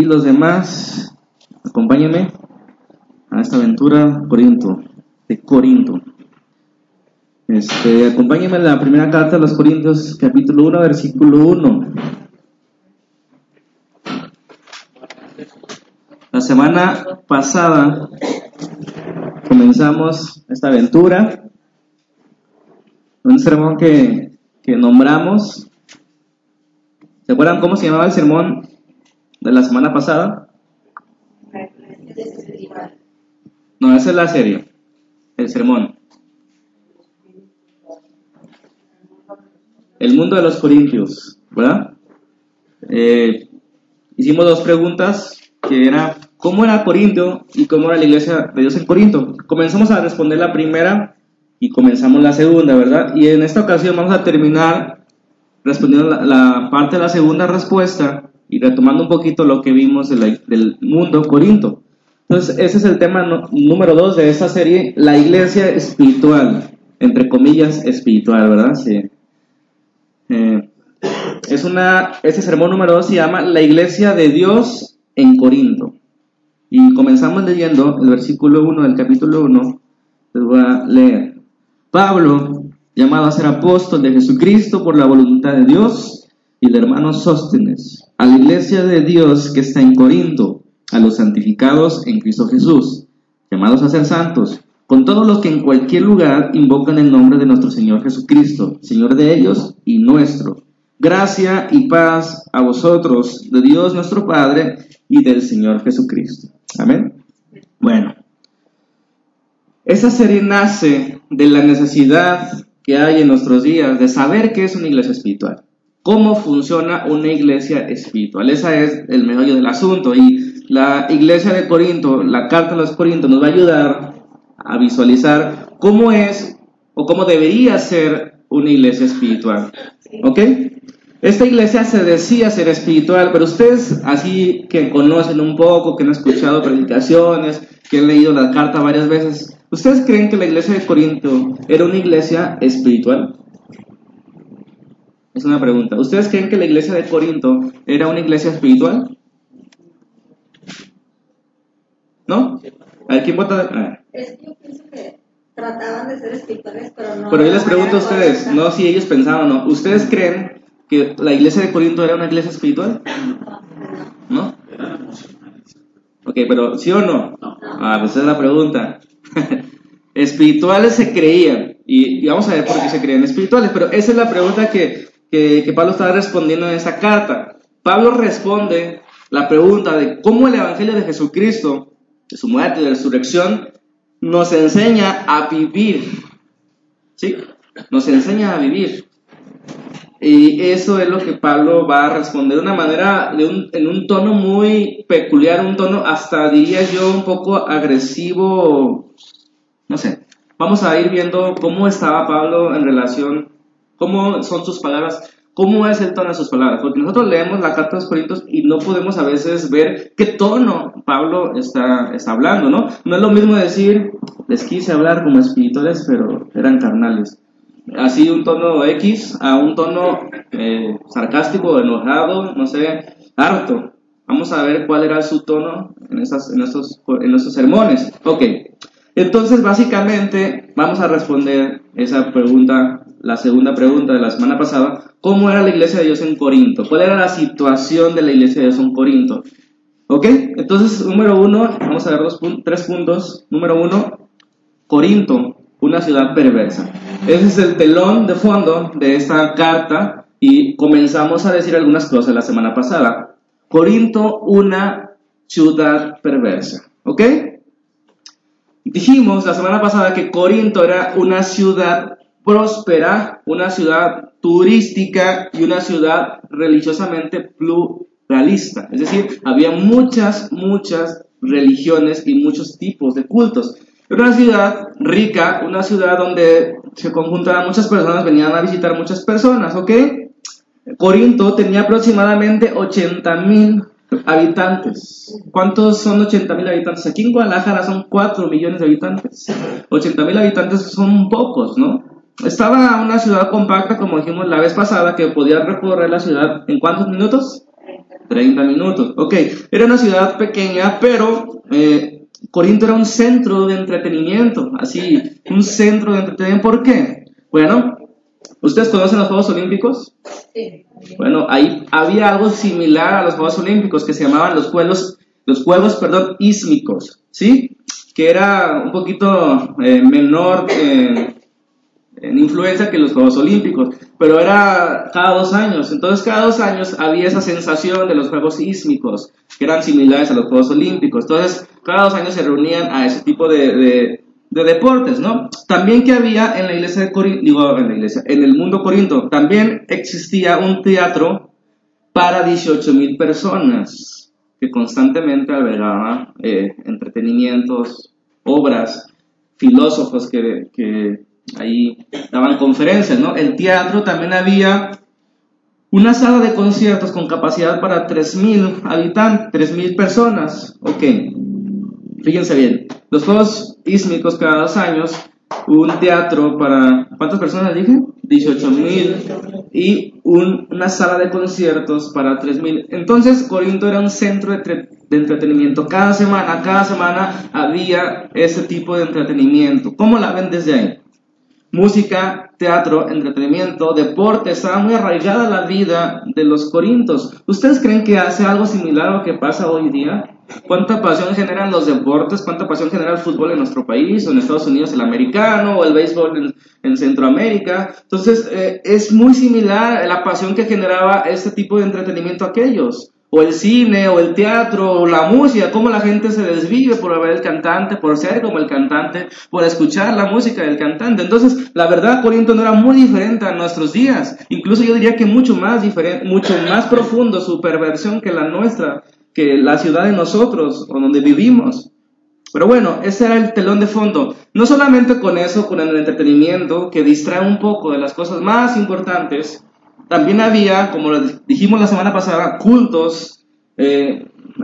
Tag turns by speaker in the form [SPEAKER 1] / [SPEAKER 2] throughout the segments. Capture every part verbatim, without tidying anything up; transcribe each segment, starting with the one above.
[SPEAKER 1] los demás, acompáñenme a esta aventura Corinto, de Corinto. Este, acompáñenme a la primera carta de los Corintios, capítulo uno, versículo uno. La semana pasada comenzamos esta aventura, un sermón que, que nombramos. ¿Se acuerdan cómo se llamaba el sermón de la semana pasada? No, esa es la serie, el sermón. El mundo de los Corintios, ¿verdad? Eh, hicimos dos preguntas, que era ¿cómo era Corinto y cómo era la iglesia de Dios en Corinto? Comenzamos a responder la primera y comenzamos la segunda, ¿verdad? Y en esta ocasión vamos a terminar respondiendo la, la parte de la segunda respuesta y retomando un poquito lo que vimos de la, del mundo Corinto. Entonces, ese es el tema no, número dos de esta serie, la iglesia espiritual, entre comillas, espiritual, ¿verdad? Sí. Eh, es una, este sermón número dos se llama La iglesia de Dios en Corinto. Y comenzamos leyendo el versículo uno del capítulo uno. Les voy a leer. Pablo, llamado a ser apóstol de Jesucristo por la voluntad de Dios, y el hermano Sóstenes, a la iglesia de Dios que está en Corinto, a los santificados en Cristo Jesús, llamados a ser santos, con todos los que en cualquier lugar invocan el nombre de nuestro Señor Jesucristo, Señor de ellos y nuestro. Gracia y paz a vosotros, de Dios nuestro Padre y del Señor Jesucristo. Amén. Bueno, esta serie nace de la necesidad que hay en nuestros días de saber qué es una iglesia espiritual, cómo funciona una iglesia espiritual. Ese es el meollo del asunto, y la iglesia de Corinto, la carta de los Corintios, nos va a ayudar a visualizar cómo es o cómo debería ser una iglesia espiritual. ¿Ok? Esta iglesia se decía ser espiritual, pero ustedes, así que conocen un poco, que han escuchado predicaciones, que han leído la carta varias veces, ¿ustedes creen que la iglesia de Corinto era una iglesia espiritual? Es una pregunta. ¿Ustedes creen que la iglesia de Corinto era una iglesia espiritual? ¿No? A ver, ¿quién vota? Ah.
[SPEAKER 2] Es que yo pienso que trataban de ser espirituales, pero no.
[SPEAKER 1] Pero yo les pregunto a ustedes, no si ellos pensaban o no. ¿Ustedes creen que la iglesia de Corinto era una iglesia espiritual? ¿No? Ok, pero ¿sí o no? Ah, pues esa es la pregunta. Espirituales se creían, y, y vamos a ver por qué se creían espirituales, pero esa es la pregunta que, que, que Pablo estaba respondiendo en esta carta. Pablo responde la pregunta de cómo el evangelio de Jesucristo, de su muerte y de resurrección, nos enseña a vivir. ¿Sí? Nos enseña a vivir. Y eso es lo que Pablo va a responder de una manera, de un, en un tono muy peculiar, un tono hasta diría yo un poco agresivo, no sé. Vamos a ir viendo cómo estaba Pablo en relación, cómo son sus palabras, cómo es el tono de sus palabras, porque nosotros leemos la carta de los Corintios y no podemos a veces ver qué tono Pablo está, está hablando, ¿no? No es lo mismo decir, les quise hablar como espirituales, pero eran carnales. Así un tono X a un tono eh, sarcástico, enojado, no sé, harto. Vamos a ver cuál era su tono en, esas, en, estos, en estos sermones. Ok, entonces básicamente vamos a responder esa pregunta, la segunda pregunta de la semana pasada. ¿Cómo era la iglesia de Dios en Corinto? ¿Cuál era la situación de la iglesia de Dios en Corinto? Ok, entonces número uno, vamos a ver dos, tres puntos. Número uno, Corinto, una ciudad perversa. Ese es el telón de fondo de esta carta y comenzamos a decir algunas cosas la semana pasada. Corinto, una ciudad perversa. ¿Ok? Dijimos la semana pasada que Corinto era una ciudad próspera, una ciudad turística y una ciudad religiosamente pluralista. Es decir, había muchas, muchas religiones y muchos tipos de cultos. Era una ciudad rica, una ciudad donde se conjuntaban muchas personas, venían a visitar muchas personas, ¿ok? Corinto tenía aproximadamente ochenta mil habitantes. ¿Cuántos son ochenta mil habitantes? Aquí en Guadalajara son cuatro millones de habitantes. ochenta mil habitantes son pocos, ¿no? Estaba una ciudad compacta, como dijimos la vez pasada, que podía recorrer la ciudad ¿en cuántos minutos? treinta minutos. Ok, era una ciudad pequeña, pero eh, Corinto era un centro de entretenimiento, así, un centro de entretenimiento. ¿Por qué? Bueno, ¿ustedes conocen los Juegos Olímpicos?
[SPEAKER 2] Sí.
[SPEAKER 1] Bueno, ahí había algo similar a los Juegos Olímpicos que se llamaban los Juegos, los Juegos, perdón, Ísmicos, ¿sí? Que era un poquito eh, menor eh, en influencia que los Juegos Olímpicos, pero era cada dos años. Entonces, cada dos años había esa sensación de los Juegos Ísmicos, que eran similares a los Juegos Olímpicos. Entonces, cada dos años se reunían a ese tipo de, de, de deportes, ¿no? También que había en la iglesia de Corinto, digo, en la iglesia, en el mundo Corinto, también existía un teatro para dieciocho mil personas, que constantemente albergaba eh, entretenimientos, obras, filósofos que, que ahí daban conferencias, ¿no? El teatro también había una sala de conciertos con capacidad para tres mil habitantes, tres mil personas. Ok, fíjense bien, los Juegos Ísmicos cada dos años, un teatro para, ¿cuántas personas dije? dieciocho mil, y un, una sala de conciertos para tres mil. Entonces Corinto era un centro de, tre- de entretenimiento. Cada semana, cada semana había ese tipo de entretenimiento. ¿Cómo la ven desde ahí? Música, teatro, entretenimiento, deporte, estaba muy arraigada la vida de los corintios. ¿Ustedes creen que hace algo similar a lo que pasa hoy día? ¿Cuánta pasión generan los deportes? ¿Cuánta pasión genera el fútbol en nuestro país? O en Estados Unidos el americano, o el béisbol en, en Centroamérica. Entonces, eh, es muy similar la pasión que generaba este tipo de entretenimiento aquellos. O el cine, o el teatro, o la música, cómo la gente se desvive por ver el cantante, por ser como el cantante, por escuchar la música del cantante. Entonces, la verdad, Corinto no era muy diferente a nuestros días. Incluso yo diría que mucho más diferente, mucho más profundo su perversión que la nuestra, que la ciudad de nosotros, o donde vivimos. Pero bueno, ese era el telón de fondo. No solamente con eso, con el entretenimiento, que distrae un poco de las cosas más importantes. También había, como dijimos la semana pasada, cultos eh,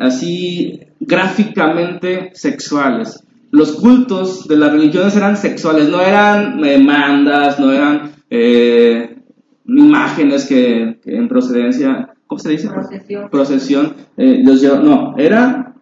[SPEAKER 1] así gráficamente sexuales. Los cultos de las religiones eran sexuales, no eran eh, mandas, no eran eh, imágenes que, que en procedencia, ¿cómo se dice?
[SPEAKER 2] Procesión.
[SPEAKER 1] Procesión, eh, los lleva, no, era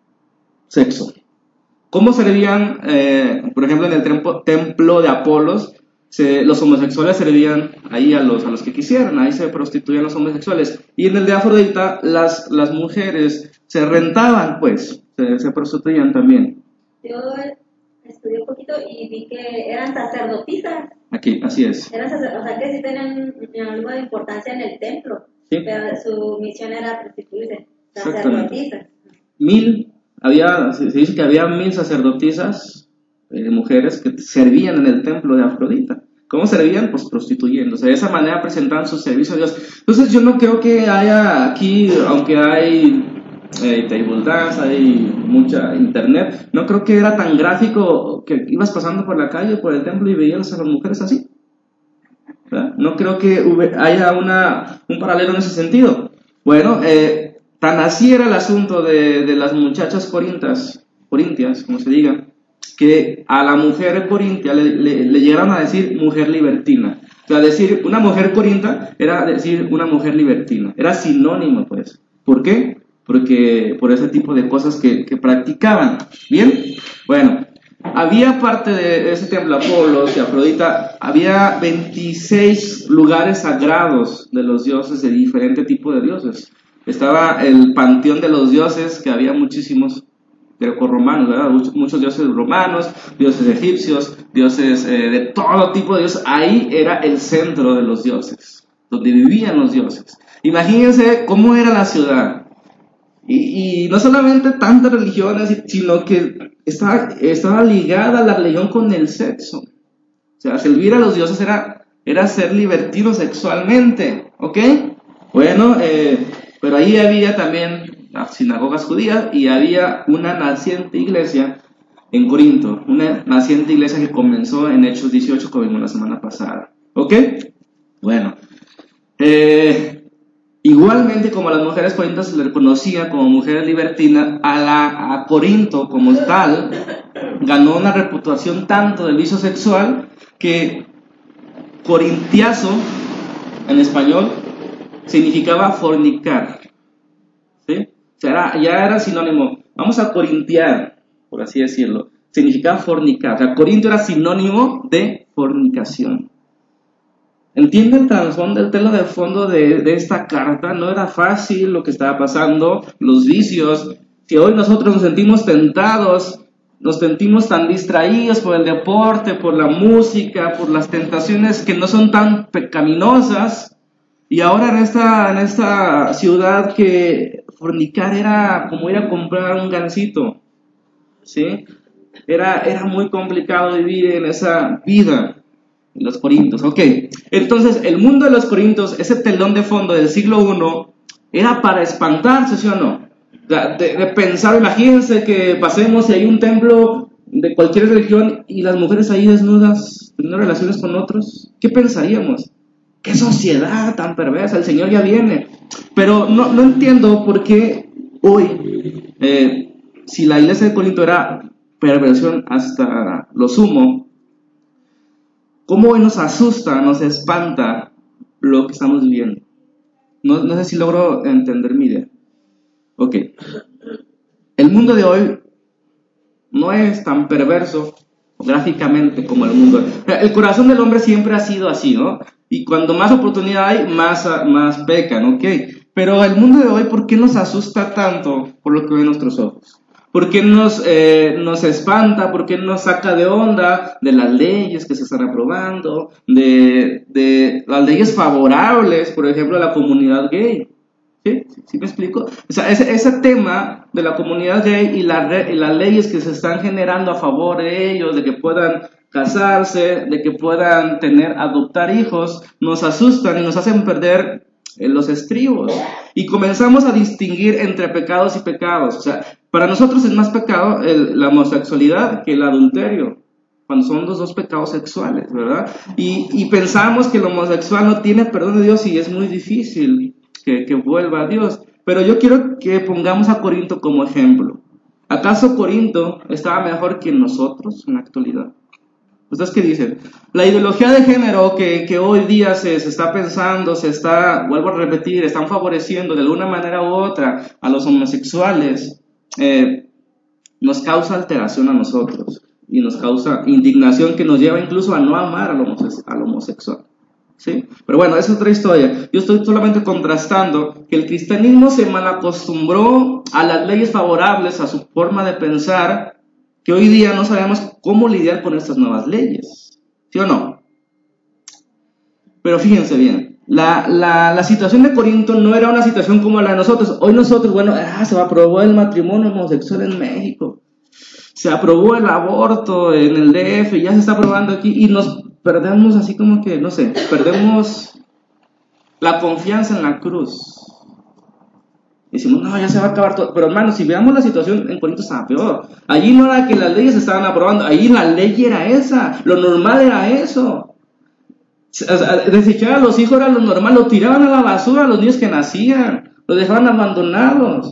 [SPEAKER 1] sexo. ¿Cómo servían, eh, por ejemplo, en el templo, templo de Apolos? Se, los homosexuales servían ahí a los, a los que quisieran, ahí se prostituían los homosexuales. Y en el de Afrodita, las, las mujeres se rentaban, pues, se, se prostituían también.
[SPEAKER 2] Yo estudié un poquito y vi que eran sacerdotisas.
[SPEAKER 1] Aquí, así es.
[SPEAKER 2] Eran sacer- o sea, que sí tenían algo de importancia en el templo,
[SPEAKER 1] Sí.
[SPEAKER 2] pero su misión era prostituirse.
[SPEAKER 1] Exactamente.
[SPEAKER 2] Sacerdotisas.
[SPEAKER 1] Mil, había, se, se dice que había mil sacerdotisas, eh, mujeres que servían en el templo de Afrodita. ¿Cómo servían? Pues prostituyéndose. De esa manera presentaban su servicio a Dios. Entonces yo no creo que haya aquí, aunque hay eh, table dance, hay mucha internet, no creo que era tan gráfico que ibas pasando por la calle, por el templo y veías a las mujeres así. ¿Verdad? No creo que hube- haya una, un paralelo en ese sentido. Bueno, eh, tan así era el asunto de, de las muchachas corintas, corintias, como se diga, que a la mujer corintia le, le, le llegaron a decir mujer libertina. O sea, decir una mujer corinta era decir una mujer libertina. Era sinónimo, pues. ¿Por qué? Porque por ese tipo de cosas que, que practicaban. ¿Bien? Bueno, había parte de ese templo Apolos y Afrodita, había veintiséis lugares sagrados de los dioses, de diferente tipo de dioses. Estaba el panteón de los dioses, que había muchísimos grecorromanos, ¿verdad? Muchos, muchos dioses romanos, dioses egipcios, dioses eh, de todo tipo de dioses. Ahí era el centro de los dioses, donde vivían los dioses. Imagínense cómo era la ciudad. Y, y no solamente tantas religiones, sino que estaba, estaba ligada la religión con el sexo. O sea, servir a los dioses era, era ser libertino sexualmente, ¿ok? Bueno, eh, pero ahí había también las sinagogas judías y había una naciente iglesia en Corinto, una naciente iglesia que comenzó en Hechos dieciocho, como vimos la semana pasada, ¿ok? Bueno, eh, igualmente como a las mujeres corintias se les reconocía como mujeres libertinas, a, la, a Corinto como tal ganó una reputación tanto del vicio sexual que corintiazo en español significaba fornicar. O sea, era, ya era sinónimo. Vamos a corintiar, por así decirlo. Significaba fornicar. O sea, Corinto era sinónimo de fornicación. ¿Entiende el trasfondo, el telo de fondo de, de esta carta? No era fácil lo que estaba pasando, los vicios, que hoy nosotros nos sentimos tentados, nos sentimos tan distraídos por el deporte, por la música, por las tentaciones que no son tan pecaminosas. Y ahora en esta, en esta ciudad que fornicar era como ir a comprar un gansito, ¿sí? Era, era muy complicado vivir en esa vida. Los Corintios, ok. Entonces, el mundo de los Corintios, ese telón de fondo del siglo primero, era para espantarse, ¿sí o no? De, de pensar, imagínense que pasemos y hay un templo de cualquier religión y las mujeres ahí desnudas, teniendo relaciones con otros. ¿Qué pensaríamos? ¡Qué sociedad tan perversa! El Señor ya viene. Pero no, no entiendo por qué hoy, eh, si la iglesia de Corinto era perversión hasta lo sumo, ¿cómo hoy nos asusta, nos espanta lo que estamos viviendo? No, no sé si logro entender mi idea. Ok. El mundo de hoy no es tan perverso gráficamente como el mundo. El corazón del hombre siempre ha sido así, ¿no? Y cuando más oportunidad hay, más, más pecan, ¿ok? Pero el mundo de hoy, ¿por qué nos asusta tanto por lo que ven nuestros ojos? ¿Por qué nos, eh, nos espanta? ¿Por qué nos saca de onda de las leyes que se están aprobando? De, de las leyes favorables, por ejemplo, a la comunidad gay. ¿Sí? ¿Sí me explico? O sea, ese, ese tema de la comunidad gay y, la, y las leyes que se están generando a favor de ellos, de que puedan casarse, de que puedan tener, adoptar hijos, nos asustan y nos hacen perder eh, los estribos. Y comenzamos a distinguir entre pecados y pecados. O sea, para nosotros es más pecado el, la homosexualidad que el adulterio, cuando son los dos pecados sexuales, ¿verdad? Y, y pensamos que el homosexual no tiene perdón de Dios y es muy difícil que, que vuelva a Dios. Pero yo quiero que pongamos a Corinto como ejemplo. ¿Acaso Corinto estaba mejor que nosotros en la actualidad? ¿Ustedes qué dicen? La ideología de género que, que hoy día se, se está pensando, se está, vuelvo a repetir, están favoreciendo de alguna manera u otra a los homosexuales, eh, nos causa alteración a nosotros y nos causa indignación que nos lleva incluso a no amar al, homose- al homosexual. ¿Sí? Pero bueno, esa es otra historia. Yo estoy solamente contrastando que el cristianismo se malacostumbró a las leyes favorables, a su forma de pensar, que hoy día no sabemos cómo lidiar con estas nuevas leyes. ¿Sí o no? Pero fíjense bien, la, la, la situación de Corinto no era una situación como la de nosotros. Hoy nosotros, bueno, ah, se aprobó el matrimonio homosexual en México, se aprobó el aborto en el D F, ya se está aprobando aquí, y nos perdemos así como que, no sé, perdemos la confianza en la cruz. Decimos, no, ya se va a acabar todo. Pero hermanos, si veamos la situación en Corinto estaba peor. Allí no era que las leyes se estaban aprobando, allí la ley era esa, lo normal era eso. O sea, desechar a los hijos era lo normal, lo tiraban a la basura a los niños que nacían, los dejaban abandonados.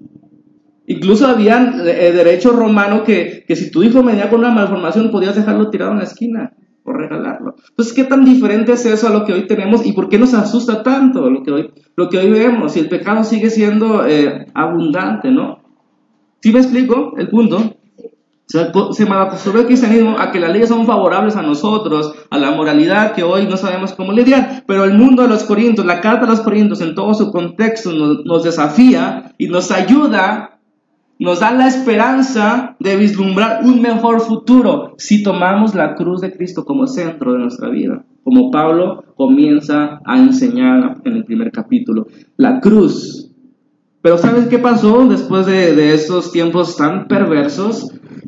[SPEAKER 1] Incluso había eh, derecho romano que, que si tu hijo venía con una malformación podías dejarlo tirado en la esquina o regalarlo. Entonces, ¿qué tan diferente es eso a lo que hoy tenemos y por qué nos asusta tanto lo que hoy, lo que hoy vemos? Si el pecado sigue siendo eh, abundante, ¿no? ¿Sí me explico el punto? Se, se malacostumbró el cristianismo a que las leyes son favorables a nosotros, a la moralidad que hoy no sabemos cómo lidiar, pero el mundo de los Corintios, la carta de los Corintios en todo su contexto nos, nos desafía y nos ayuda, nos da la esperanza de vislumbrar un mejor futuro si tomamos la cruz de Cristo como centro de nuestra vida, como Pablo comienza a enseñar en el primer capítulo, la cruz. Pero ¿sabes qué pasó después de, de esos tiempos tan perversos?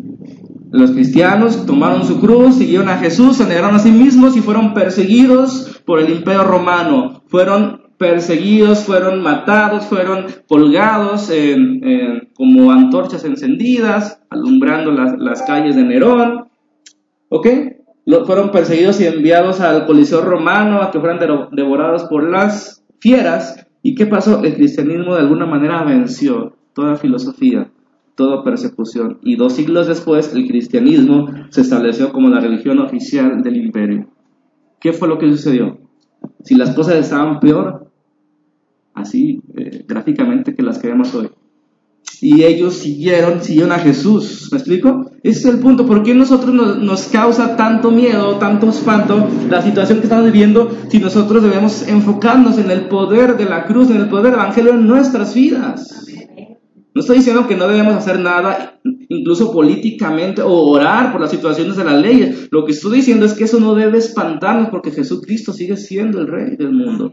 [SPEAKER 1] Los cristianos tomaron su cruz, siguieron a Jesús, se negaron a sí mismos y fueron perseguidos por el imperio romano. Fueron perseguidos, fueron matados, fueron colgados en, en, como antorchas encendidas, alumbrando las, las calles de Nerón. ¿Ok? Lo, fueron perseguidos y enviados al Coliseo romano a que fueran de, devorados por las fieras. ¿Y qué pasó? El cristianismo de alguna manera venció toda filosofía, toda persecución. Y dos siglos después, el cristianismo se estableció como la religión oficial del imperio. ¿Qué fue lo que sucedió? Si las cosas estaban peor, así eh, gráficamente que las que vemos hoy, y ellos siguieron, siguieron a Jesús. ¿Me explico? Ese es el punto. ¿Por qué a nosotros nos, nos causa tanto miedo, tanto espanto la situación que estamos viviendo, si nosotros debemos enfocarnos en el poder de la cruz, en el poder del Evangelio en nuestras vidas? No estoy diciendo que no debemos hacer nada, incluso políticamente, o orar por las situaciones de las leyes. Lo que estoy diciendo es que eso no debe espantarnos, porque Jesucristo sigue siendo el Rey del mundo.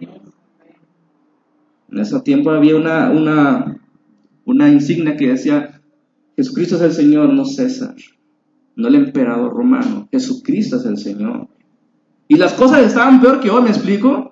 [SPEAKER 1] En ese tiempo había una, una, una insignia que decía: Jesucristo es el Señor, no César, no el emperador romano. Jesucristo es el Señor. Y las cosas estaban peor que hoy, ¿me explico?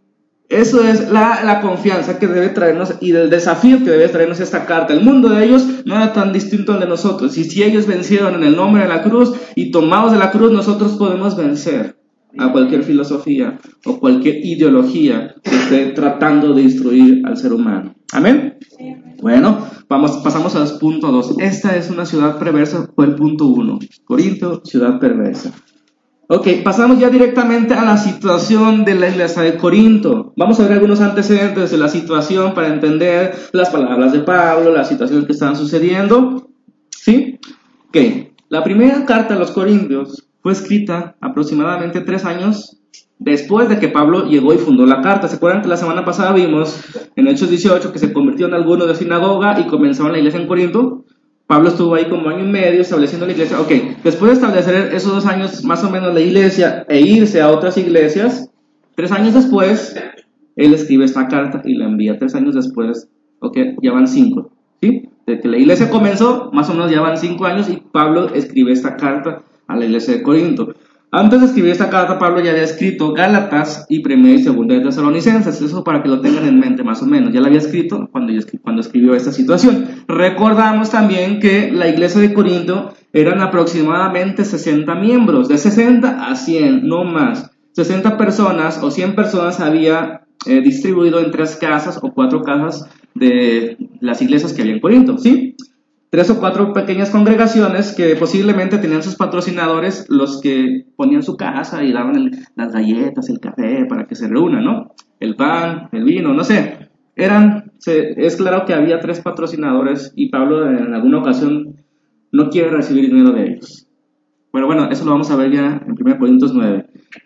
[SPEAKER 1] Eso es la, la confianza que debe traernos y el desafío que debe traernos esta carta. El mundo de ellos no era tan distinto al de nosotros. Y si ellos vencieron en el nombre de la cruz y tomados de la cruz, nosotros podemos vencer a cualquier filosofía o cualquier ideología que esté tratando de destruir al ser humano. ¿Amén? Bueno, vamos, pasamos al punto dos. Esta es una ciudad perversa, fue el punto uno. Corinto, ciudad perversa. Ok, pasamos ya directamente a la situación de la iglesia de Corinto. Vamos a ver algunos antecedentes de la situación para entender las palabras de Pablo, las situaciones que están sucediendo. ¿Sí? Ok, la primera carta a los Corintios fue escrita aproximadamente tres años después de que Pablo llegó y fundó la carta. ¿Se acuerdan que la semana pasada vimos en Hechos dieciocho que se convirtió en alguno de sinagoga y comenzaron la iglesia en Corinto? Pablo estuvo ahí como año y medio estableciendo la iglesia. Ok, después de establecer esos dos años más o menos la iglesia e irse a otras iglesias, tres años después, él escribe esta carta y la envía tres años después. Ok, ya van cinco, ¿sí? De que la iglesia comenzó, más o menos ya van cinco años y Pablo escribe esta carta a la iglesia de Corinto. Antes de escribir esta carta, Pablo ya había escrito Gálatas y Primera y Segunda de Tesalonicenses. Eso para que lo tengan en mente más o menos. Ya la había escrito cuando, cuando escribió esta situación. Recordamos también que la iglesia de Corinto eran aproximadamente sesenta miembros. De sesenta a cien, no más. sesenta personas o cien personas había eh, distribuido en tres casas o cuatro casas de las iglesias que había en Corinto, ¿sí? Tres o cuatro pequeñas congregaciones que posiblemente tenían sus patrocinadores, los que ponían su casa y daban el, las galletas, el café para que se reúnan, ¿no? El pan, el vino, no sé. Eran, se, es claro que había tres patrocinadores y Pablo en alguna ocasión no quiere recibir dinero de ellos. Pero bueno, eso lo vamos a ver ya en primera Corintios nueve.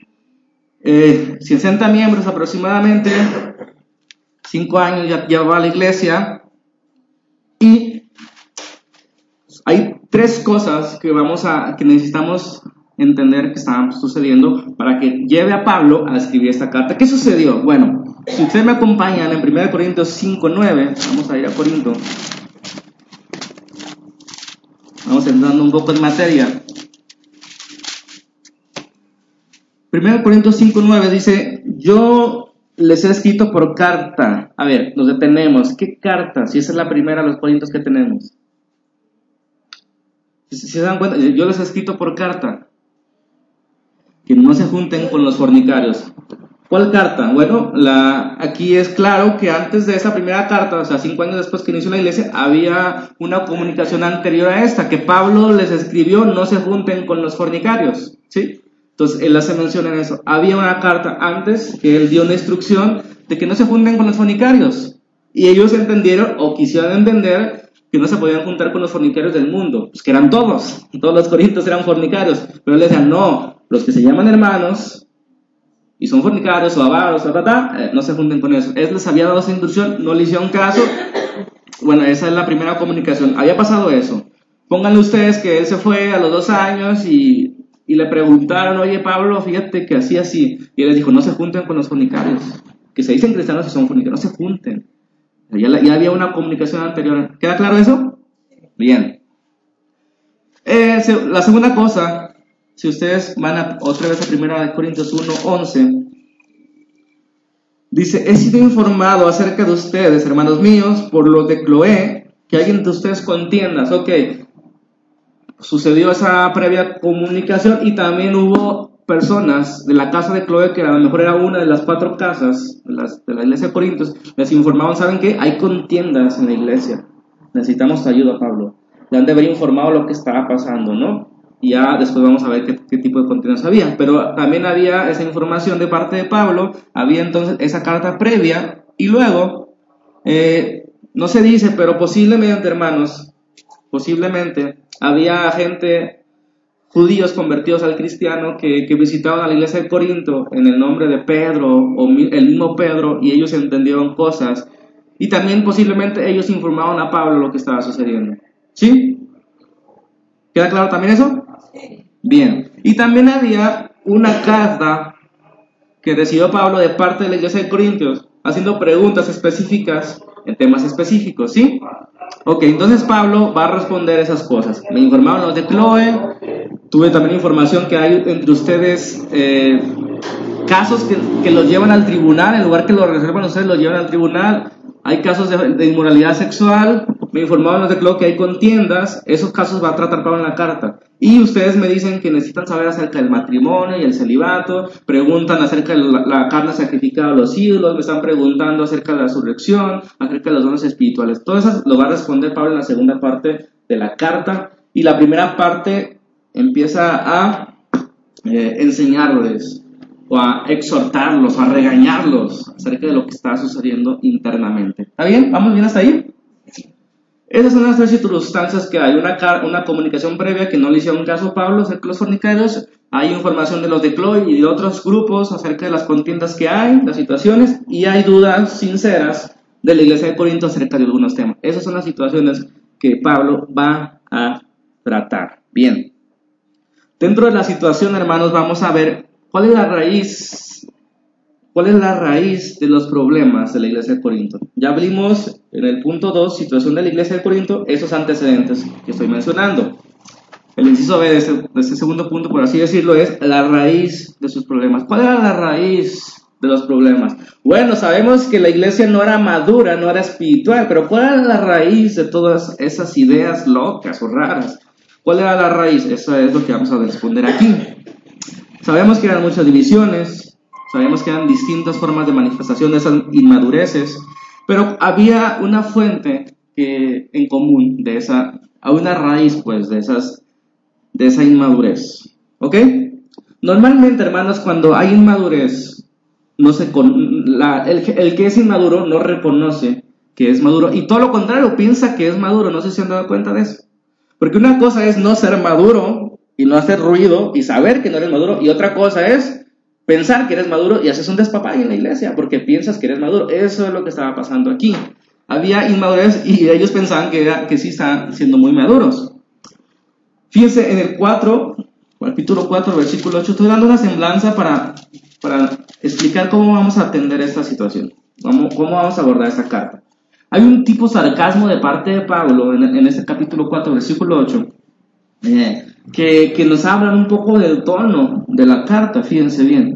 [SPEAKER 1] Eh, sesenta miembros aproximadamente, cinco años ya, ya va a la iglesia y hay tres cosas que vamos a que necesitamos entender que estaban sucediendo para que lleve a Pablo a escribir esta carta. ¿Qué sucedió? Bueno, si ustedes me acompañan en primera Corintios cinco nueve, vamos a ir a Corinto. Vamos entrando un poco en materia. primera Corintios cinco nueve dice: yo les he escrito por carta. A ver, nos detenemos. ¿Qué carta? Si esa es la primera de los Corintios que tenemos. Si se dan cuenta, yo les he escrito por carta que no se junten con los fornicarios. ¿Cuál carta? Bueno, la, aquí es claro que antes de esa primera carta, o sea, cinco años después que inició la iglesia, había una comunicación anterior a esta, que Pablo les escribió: no se junten con los fornicarios, ¿sí? Entonces, él hace mención en eso. Había una carta antes que él dio una instrucción de que no se junten con los fornicarios. Y ellos entendieron, o quisieron entender, que no se podían juntar con los fornicarios del mundo, pues que eran todos, todos los corintios eran fornicarios, pero él decía: no, los que se llaman hermanos y son fornicarios o avaros, ta, ta, ta, eh, no se junten con eso. Él les había dado esa instrucción, no le hicieron caso. Bueno, esa es la primera comunicación. Había pasado eso. Pónganle ustedes que él se fue a los dos años y, y le preguntaron: oye Pablo, fíjate que así, así, y él les dijo: no se junten con los fornicarios, que se dicen cristianos y son fornicarios, no se junten. Ya, ya había una comunicación anterior. ¿Queda claro eso? Bien. Eh, la segunda cosa, si ustedes van a, otra vez a primera Corintios uno once, dice: he sido informado acerca de ustedes, hermanos míos, por los de Cloé, que hay entre ustedes contiendas. Ok, sucedió esa previa comunicación y también hubo personas de la casa de Cloé, que a lo mejor era una de las cuatro casas de, las, de la iglesia de Corintios, les informaban: ¿saben qué? Hay contiendas en la iglesia, necesitamos tu ayuda, Pablo. Le han de haber informado lo que estaba pasando, ¿no? Y ya después vamos a ver qué, qué tipo de contiendas había, pero también había esa información de parte de Pablo, había entonces esa carta previa, y luego eh, no se dice, pero posiblemente, hermanos, posiblemente había gente, judíos convertidos al cristiano, que, que visitaban a la iglesia de Corinto en el nombre de Pedro, o mi, el mismo Pedro, y ellos entendieron cosas. Y también posiblemente ellos informaban a Pablo lo que estaba sucediendo. ¿Sí? ¿Queda claro también eso? Bien. Y también había una carta que recibió Pablo de parte de la iglesia de Corintios, haciendo preguntas específicas en temas específicos, ¿sí? Ok, entonces Pablo va a responder esas cosas. Me informaron los de Chloe, tuve también información que hay entre ustedes eh, casos que, que los llevan al tribunal, en lugar que los reservan ustedes, los llevan al tribunal. Hay casos de, de inmoralidad sexual, me informaron los de Chloe que hay contiendas, esos casos va a tratar Pablo en la carta. Y ustedes me dicen que necesitan saber acerca del matrimonio y el celibato, preguntan acerca de la, la carne sacrificada a los ídolos, me están preguntando acerca de la resurrección, acerca de los dones espirituales. Todo eso lo va a responder Pablo en la segunda parte de la carta. Y la primera parte empieza a eh, enseñarles, o a exhortarlos, a regañarlos acerca de lo que está sucediendo internamente. ¿Está bien? ¿Vamos bien hasta ahí? Esas son las tres circunstancias que hay. Una, una comunicación previa que no le hicieron caso a Pablo acerca de los fornicarios. Hay información de los de Chloe y de otros grupos acerca de las contiendas que hay, las situaciones. Y hay dudas sinceras de la iglesia de Corinto acerca de algunos temas. Esas son las situaciones que Pablo va a tratar. Bien. Dentro de la situación, hermanos, vamos a ver cuál es la raíz ¿Cuál es la raíz de los problemas de la iglesia de Corinto? Ya vimos en el punto dos, situación de la iglesia de Corinto, esos antecedentes que estoy mencionando. El inciso B de este, de este segundo punto, por así decirlo, es la raíz de sus problemas. ¿Cuál era la raíz de los problemas? Bueno, sabemos que la iglesia no era madura, no era espiritual, pero ¿cuál era la raíz de todas esas ideas locas o raras? ¿Cuál era la raíz? Eso es lo que vamos a responder aquí. Sabemos que eran muchas divisiones. Sabemos que eran distintas formas de manifestación de esas inmadureces, pero había una fuente que, en común de esa, a una raíz pues de esas, de esa inmadurez, ¿ok? Normalmente, hermanos, cuando hay inmadurez, no se con, la, el, el que es inmaduro no reconoce que es maduro y todo lo contrario, piensa que es maduro. No sé si se han dado cuenta de eso, porque una cosa es no ser maduro y no hacer ruido y saber que no eres maduro, y otra cosa es pensar que eres maduro y haces un despapalle en la iglesia porque piensas que eres maduro. Eso es lo que estaba pasando aquí. Había inmadurez y ellos pensaban que, era, que sí estaban siendo muy maduros. Fíjense en el cuatro, capítulo cuatro, versículo ocho, estoy dando una semblanza para, para explicar cómo vamos a atender esta situación, cómo, cómo vamos a abordar esta carta. Hay un tipo sarcasmo de parte de Pablo en, en este capítulo cuatro, versículo ocho, eh, que, que nos hablan un poco del tono de la carta. Fíjense bien.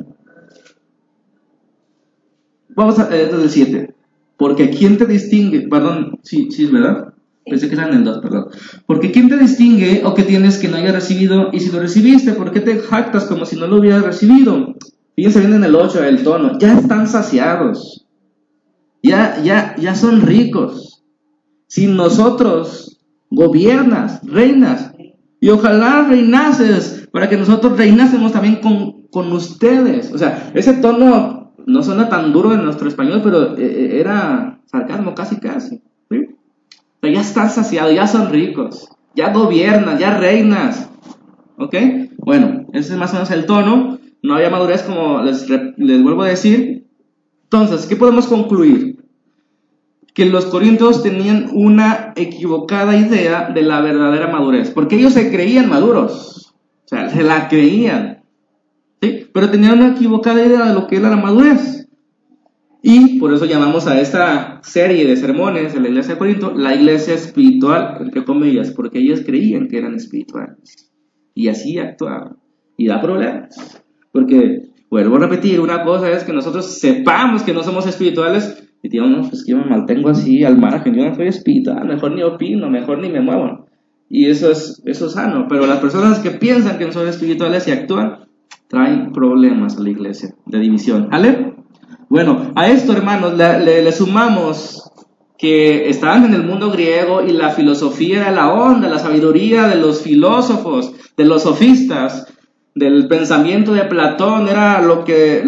[SPEAKER 1] Vamos a leer desde el siete. Porque ¿quién te distingue? Perdón, sí, sí es verdad. Pensé que era en el dos, perdón. Porque ¿quién te distingue o que tienes que no hayas recibido? Y si lo recibiste, ¿por qué te jactas como si no lo hubieras recibido? Fíjense bien en el ocho, el tono. Ya están saciados. Ya, ya, ya son ricos. Sin nosotros gobiernas, reinas. Y ojalá reinases para que nosotros reinásemos también con, con ustedes. O sea, ese tono no suena tan duro en nuestro español, pero eh, era sarcasmo casi casi. ¿Sí? O sea, ya están saciados, ya son ricos, ya gobiernas, ya reinas. ¿Ok? Bueno, ese es más o menos el tono. No había madurez, como les, les vuelvo a decir. Entonces, ¿qué podemos concluir? Que los corintios tenían una equivocada idea de la verdadera madurez, porque ellos se creían maduros, o sea, se la creían, ¿sí? Pero tenían una equivocada idea de lo que era la madurez, y por eso llamamos a esta serie de sermones de la iglesia de Corinto la iglesia espiritual, entre comillas, porque ellos creían que eran espirituales, y así actuaban, y da problemas, porque, vuelvo a repetir, una cosa es que nosotros sepamos que no somos espirituales, y digo, no, pues que yo me mantengo así al margen, yo no soy espiritual, mejor ni opino, mejor ni me muevo. Y eso es, eso es sano, pero las personas que piensan que no son espirituales y actúan, traen problemas a la iglesia, de división. ¿Vale? Bueno, a esto, hermanos, le, le, le sumamos que estaban en el mundo griego y la filosofía era la onda, la sabiduría de los filósofos, de los sofistas, del pensamiento de Platón, era lo que, lo,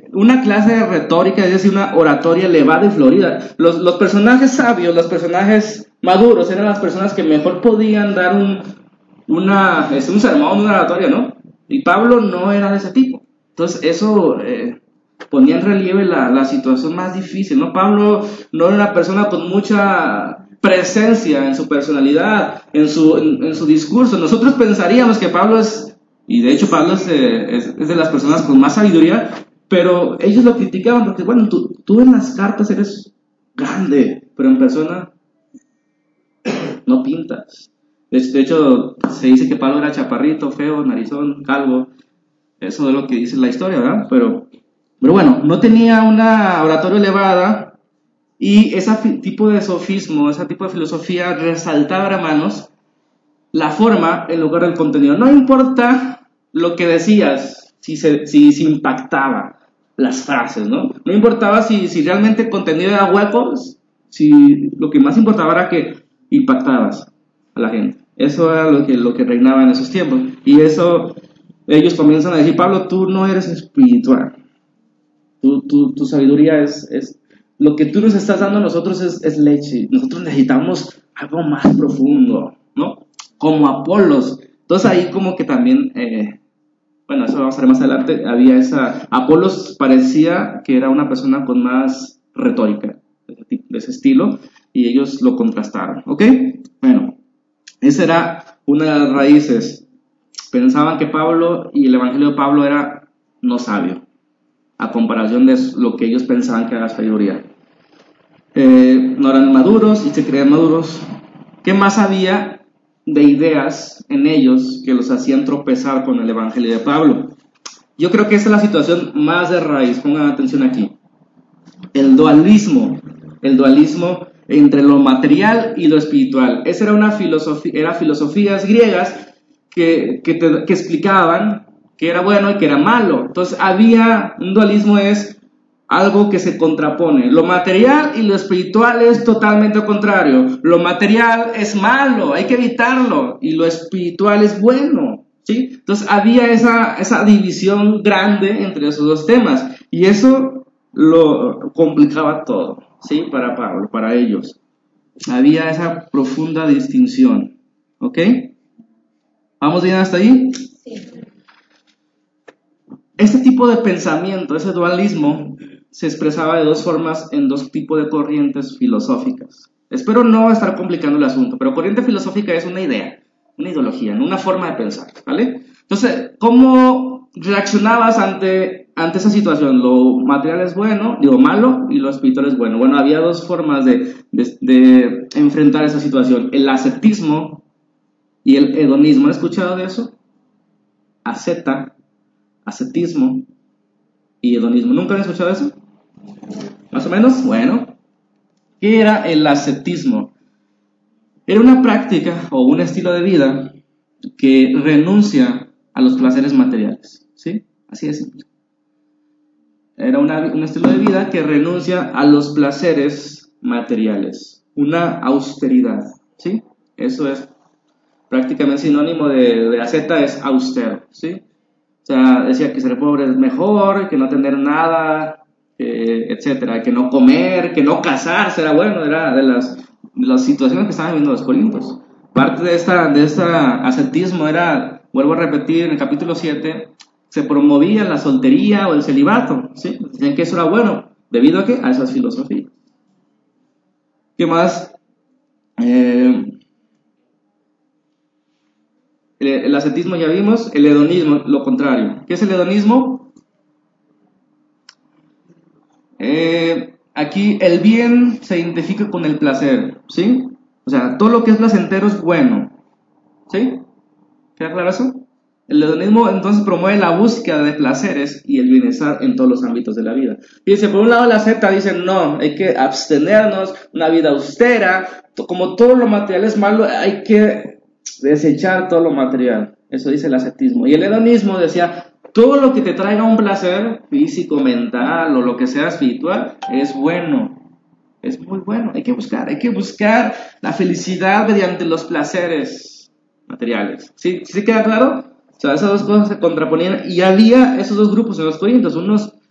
[SPEAKER 1] una clase de retórica, es decir, una oratoria elevada y florida. Los, los personajes sabios, los personajes maduros, eran las personas que mejor podían dar un, una, es un sermón, una oratoria, ¿no? Y Pablo no era de ese tipo. Entonces, eso eh, ponía en relieve la, la situación más difícil, ¿no? Pablo no era una persona con mucha presencia en su personalidad, en su, en, en su discurso. Nosotros pensaríamos que Pablo es, y de hecho Pablo es, eh, es, es de las personas con más sabiduría, pero ellos lo criticaban porque, bueno, tú, tú en las cartas eres grande, pero en persona no pintas. De hecho, se dice que Pablo era chaparrito, feo, narizón, calvo. Eso es lo que dice la historia, ¿verdad? Pero, pero bueno, no tenía una oratoria elevada. Y ese tipo de sofismo, ese tipo de filosofía resaltaba, hermanos, la forma en lugar del contenido. No importa lo que decías, si se, si, si impactaba las frases, ¿no? No importaba si, si realmente el contenido era hueco, si lo que más importaba era que impactabas a la gente. Eso era lo que, lo que reinaba en esos tiempos. Y eso, ellos comienzan a decir, Pablo, tú no eres espiritual. Tu, tu, tu sabiduría es... es lo que tú nos estás dando a nosotros es, es leche. Nosotros necesitamos algo más profundo, ¿no? Como Apolos. Entonces ahí como que también, eh, bueno, eso vamos a ver más adelante, había esa... Apolos parecía que era una persona con más retórica, de ese, tipo, de ese estilo, y ellos lo contrastaron, ¿ok? Bueno, esa era una de las raíces. Pensaban que Pablo y el Evangelio de Pablo era no sabio, a comparación de lo que ellos pensaban que era sabiduría. Eh, no eran maduros y se creían maduros. ¿Qué más había de ideas en ellos que los hacían tropezar con el Evangelio de Pablo? Yo creo que esa es la situación más de raíz. Pongan atención aquí. El dualismo. El dualismo entre lo material y lo espiritual. Esa era una filosofía, era filosofías griegas que, que, te, que explicaban que era bueno y que era malo. Entonces había un dualismo, es algo que se contrapone. Lo material y lo espiritual es totalmente contrario. Lo material es malo, hay que evitarlo, y lo espiritual es bueno, ¿sí? Entonces había esa, esa división grande entre esos dos temas, y eso lo complicaba todo, ¿sí? Para Pablo, para ellos. Había esa profunda distinción, ¿ok? ¿Vamos bien hasta ahí?
[SPEAKER 2] Sí.
[SPEAKER 1] Este tipo de pensamiento, ese dualismo, se expresaba de dos formas en dos tipos de corrientes filosóficas. Espero no estar complicando el asunto, pero corriente filosófica es una idea, una ideología, una forma de pensar, ¿vale? Entonces, ¿cómo reaccionabas ante, ante esa situación? Lo material es bueno, digo malo, y lo espiritual es bueno. Bueno, había dos formas de, de, de enfrentar esa situación: el ascetismo y el hedonismo. ¿Han escuchado de eso? Asceta, ascetismo y hedonismo. ¿Nunca han escuchado eso? ¿Más o menos? Bueno, ¿qué era el ascetismo? Era una práctica o un estilo de vida que renuncia a los placeres materiales, ¿sí? Así de simple. Era una, un estilo de vida que renuncia a los placeres materiales, una austeridad, ¿sí? Eso es prácticamente sinónimo de, de asceta, es austero, ¿sí? O sea, decía que ser pobre es mejor, que no tener nada, eh, etcétera, que no comer, que no casarse era bueno, era de las, de las situaciones que estaban viviendo los corintios. Parte de esta, de este ascetismo era, vuelvo a repetir, en el capítulo siete, se promovía la soltería o el celibato, ¿sí? Decían que eso era bueno, ¿debido a qué? A esas filosofías. ¿Qué más? Eh... El ascetismo ya vimos, el hedonismo, lo contrario. ¿Qué es el hedonismo? Eh, aquí el bien se identifica con el placer, ¿sí? O sea, todo lo que es placentero es bueno, ¿sí? ¿Queda claro eso? El hedonismo entonces promueve la búsqueda de placeres y el bienestar en todos los ámbitos de la vida. Fíjense, por un lado la secta dice, no, hay que abstenernos, una vida austera, como todo lo material es malo, hay que desechar todo lo material. Eso dice el ascetismo. Y el hedonismo decía, todo lo que te traiga un placer físico, mental o lo que sea espiritual es bueno, es muy bueno. Hay que buscar, hay que buscar la felicidad mediante los placeres materiales. ¿Sí, ¿Sí queda claro? O sea, esas dos cosas se contraponían y había esos dos grupos en los corintios, unos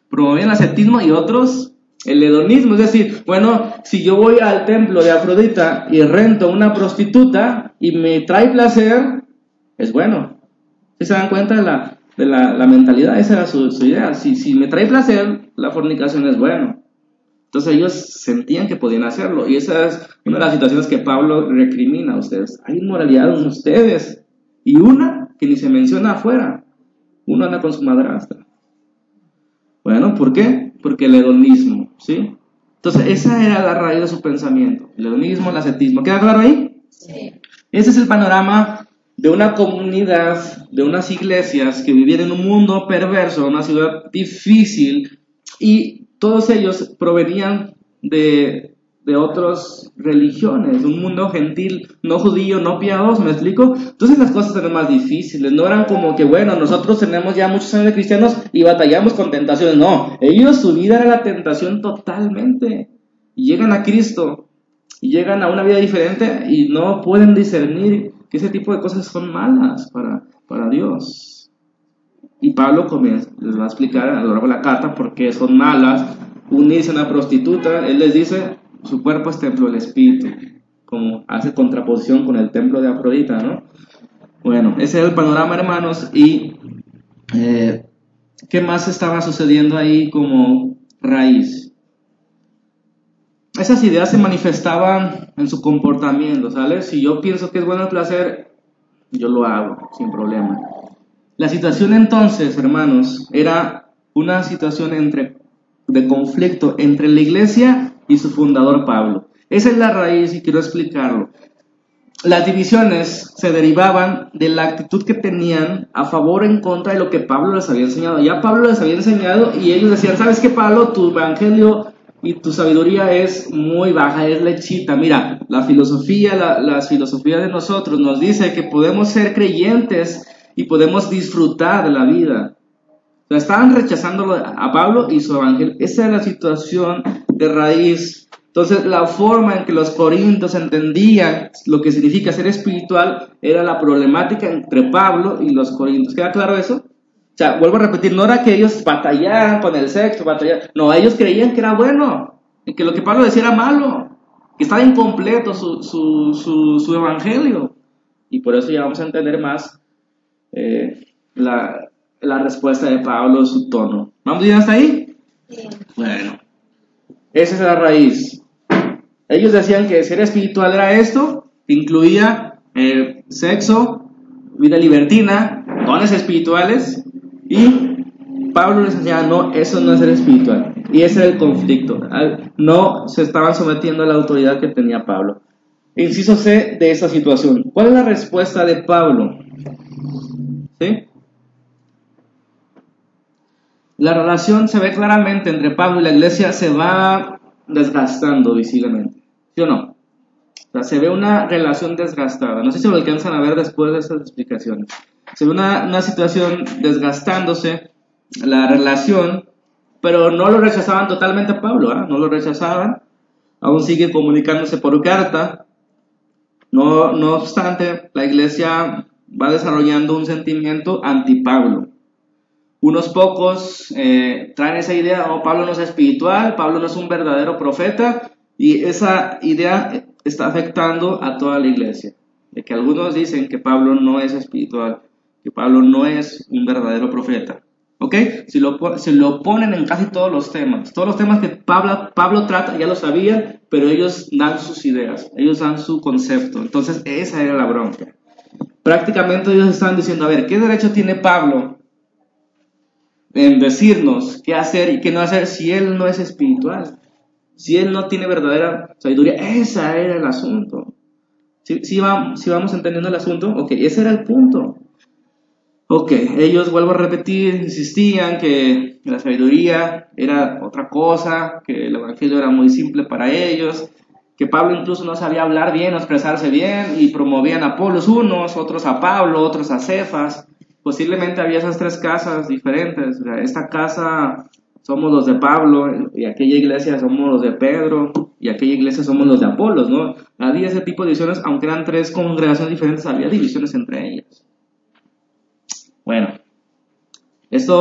[SPEAKER 1] promovían el ascetismo y otros el hedonismo. Es decir, bueno, si yo voy al templo de Afrodita y rento una prostituta y me trae placer, es bueno. ¿Sí se dan cuenta de la, de la, la mentalidad? Esa era su, su idea. Si, si me trae placer, la fornicación es bueno. Entonces ellos sentían que podían hacerlo. Y esa es una de las situaciones que Pablo recrimina a ustedes. Hay inmoralidad en ustedes. Y una que ni se menciona afuera. Uno anda con su madrastra. Bueno, ¿por qué? Porque el hedonismo, ¿sí? Entonces esa era la raíz de su pensamiento. El hedonismo, el ascetismo. ¿Queda claro ahí?
[SPEAKER 2] Sí.
[SPEAKER 1] Ese es el panorama de una comunidad, de unas iglesias que vivían en un mundo perverso, una ciudad difícil, y todos ellos provenían de, de otras religiones, un mundo gentil, no judío, no piadoso, ¿me explico? Entonces las cosas eran más difíciles, no eran como que, bueno, nosotros tenemos ya muchos años de cristianos y batallamos con tentaciones, no, ellos su vida era la tentación totalmente, y llegan a Cristo, y llegan a una vida diferente y no pueden discernir que ese tipo de cosas son malas para, para Dios. Y Pablo comienza, les va a explicar a lo largo de la carta por qué son malas. Unirse a una prostituta, él les dice, su cuerpo es templo del Espíritu, como hace contraposición con el templo de Afrodita, ¿no? Bueno, ese es el panorama, hermanos, y eh, ¿qué más estaba sucediendo ahí como raíz? Esas ideas se manifestaban en su comportamiento, ¿sale? Si yo pienso que es bueno el placer, yo lo hago, sin problema. La situación entonces, hermanos, era una situación entre, de conflicto entre la iglesia y su fundador Pablo. Esa es la raíz y quiero explicarlo. Las divisiones se derivaban de la actitud que tenían a favor o en contra de lo que Pablo les había enseñado. Ya Pablo les había enseñado y ellos decían, ¿sabes qué, Pablo? Tu evangelio y tu sabiduría es muy baja, es lechita. Mira, la filosofía, la, la filosofía de nosotros nos dice que podemos ser creyentes y podemos disfrutar de la vida. O sea, estaban rechazando a Pablo y su evangelio. Esa es la situación de raíz. Entonces, la forma en que los corintios entendían lo que significa ser espiritual era la problemática entre Pablo y los corintios. ¿Queda claro eso? O sea, vuelvo a repetir, no era que ellos batallaran con el sexo, batallaran. No, ellos creían que era bueno, y que lo que Pablo decía era malo, que estaba incompleto su, su, su, su evangelio. Y por eso ya vamos a entender más eh, la, la respuesta de Pablo, su tono. ¿Vamos bien hasta ahí?
[SPEAKER 2] Sí.
[SPEAKER 1] Bueno, esa es la raíz. Ellos decían que ser espiritual era esto, que incluía eh, sexo, vida libertina, dones espirituales, y Pablo les enseñaba, no, eso no es ser espiritual. Y ese era el conflicto. No se estaban sometiendo a la autoridad que tenía Pablo. Inciso C de esa situación. ¿Cuál es la respuesta de Pablo? ¿Sí? La relación se ve claramente entre Pablo y la iglesia, se va desgastando visiblemente. ¿Sí o no? O sea, se ve una relación desgastada. No sé si lo alcanzan a ver después de esas explicaciones. Se ve una, una situación desgastándose, la relación, pero no lo rechazaban totalmente a Pablo, ¿eh? No lo rechazaban, aún sigue comunicándose por carta. No, no obstante, la iglesia va desarrollando un sentimiento anti-Pablo. Unos pocos eh, traen esa idea, oh, Pablo no es espiritual, Pablo no es un verdadero profeta, y esa idea está afectando a toda la iglesia. De que algunos dicen que Pablo no es espiritual, que Pablo no es un verdadero profeta. ¿Ok? Si lo, si lo ponen en casi todos los temas. Todos los temas que Pablo, Pablo trata, ya lo sabían, pero ellos dan sus ideas, ellos dan su concepto. Entonces, esa era la bronca. Prácticamente ellos están diciendo, a ver, ¿qué derecho tiene Pablo en decirnos qué hacer y qué no hacer si él no es espiritual? Si él no tiene verdadera sabiduría. Ese era el asunto. ¿Sí, sí, vamos, sí vamos entendiendo el asunto? Ok, ese era el punto. Ok, ellos, vuelvo a repetir, insistían que la sabiduría era otra cosa, que el evangelio era muy simple para ellos, que Pablo incluso no sabía hablar bien o expresarse bien, y promovían a Apolos unos, otros a Pablo, otros a Cefas. Posiblemente había esas tres casas diferentes. O sea, esta casa somos los de Pablo, y aquella iglesia somos los de Pedro, y aquella iglesia somos los de Apolos, ¿no? Había ese tipo de divisiones, aunque eran tres congregaciones diferentes, había divisiones entre ellas. Bueno, esto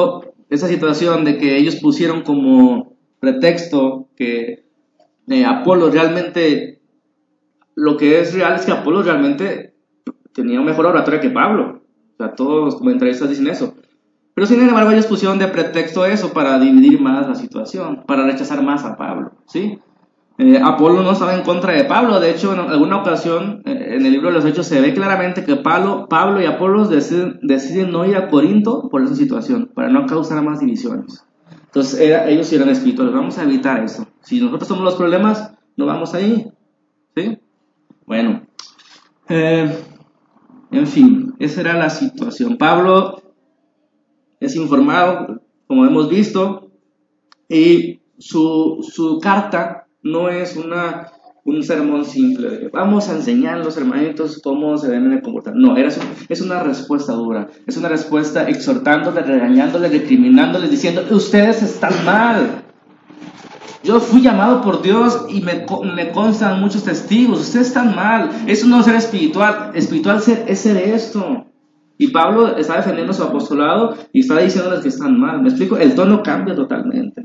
[SPEAKER 1] esa situación de que ellos pusieron como pretexto que eh, Apolo realmente, lo que es real es que Apolo realmente tenía mejor oratoria que Pablo. O sea, todos los comentaristas dicen eso. Pero sin embargo ellos pusieron de pretexto eso para dividir más la situación, para rechazar más a Pablo, ¿sí? Eh, Apolo no estaba en contra de Pablo. De hecho, en alguna ocasión, eh, en el libro de los Hechos se ve claramente que Pablo, Pablo y Apolo deciden, deciden no ir a Corinto por esa situación, para no causar más divisiones. Entonces era, ellos eran espirituales. Vamos a evitar eso. Si nosotros somos los problemas, no vamos ahí, ¿sí? Bueno, eh, en fin, esa era la situación. Pablo es informado, como hemos visto, y su, su carta no es una, un sermón simple de vamos a enseñar a los hermanitos cómo se deben de comportar. No, era, es una respuesta dura, es una respuesta exhortándoles, regañándoles, recriminándoles, diciendo ustedes están mal. Yo fui llamado por Dios y me, me constan muchos testigos. Ustedes están mal. Eso no es ser espiritual. Espiritual es ser esto. Y Pablo está defendiendo su apostolado y está diciéndoles que están mal. ¿Me explico? El tono cambia totalmente.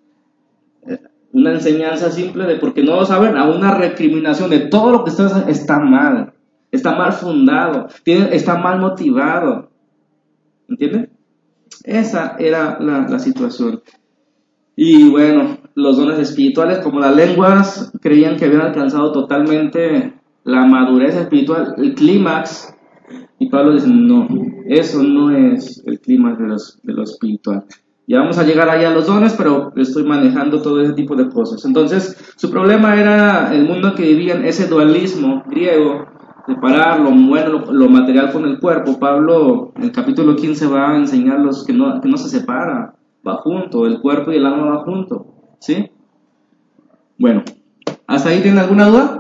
[SPEAKER 1] Una enseñanza simple de porque no lo saben a una recriminación de todo lo que está, está mal. Está mal fundado. Tiene, está mal motivado. ¿Entienden? Esa era la, la situación. Y bueno, los dones espirituales como las lenguas creían que habían alcanzado totalmente la madurez espiritual, el clímax. Y Pablo dice, no, eso no es el clímax de, los, de lo espiritual. Ya vamos a llegar allá a los dones, pero estoy manejando todo ese tipo de cosas. Entonces, su problema era el mundo en que vivían, ese dualismo griego, separar lo bueno, lo, lo material con el cuerpo. Pablo, en el capítulo quince, va a enseñarlos que no, que no se separa, va junto, el cuerpo y el alma va junto, ¿sí? Bueno, ¿hasta ahí tienen alguna duda?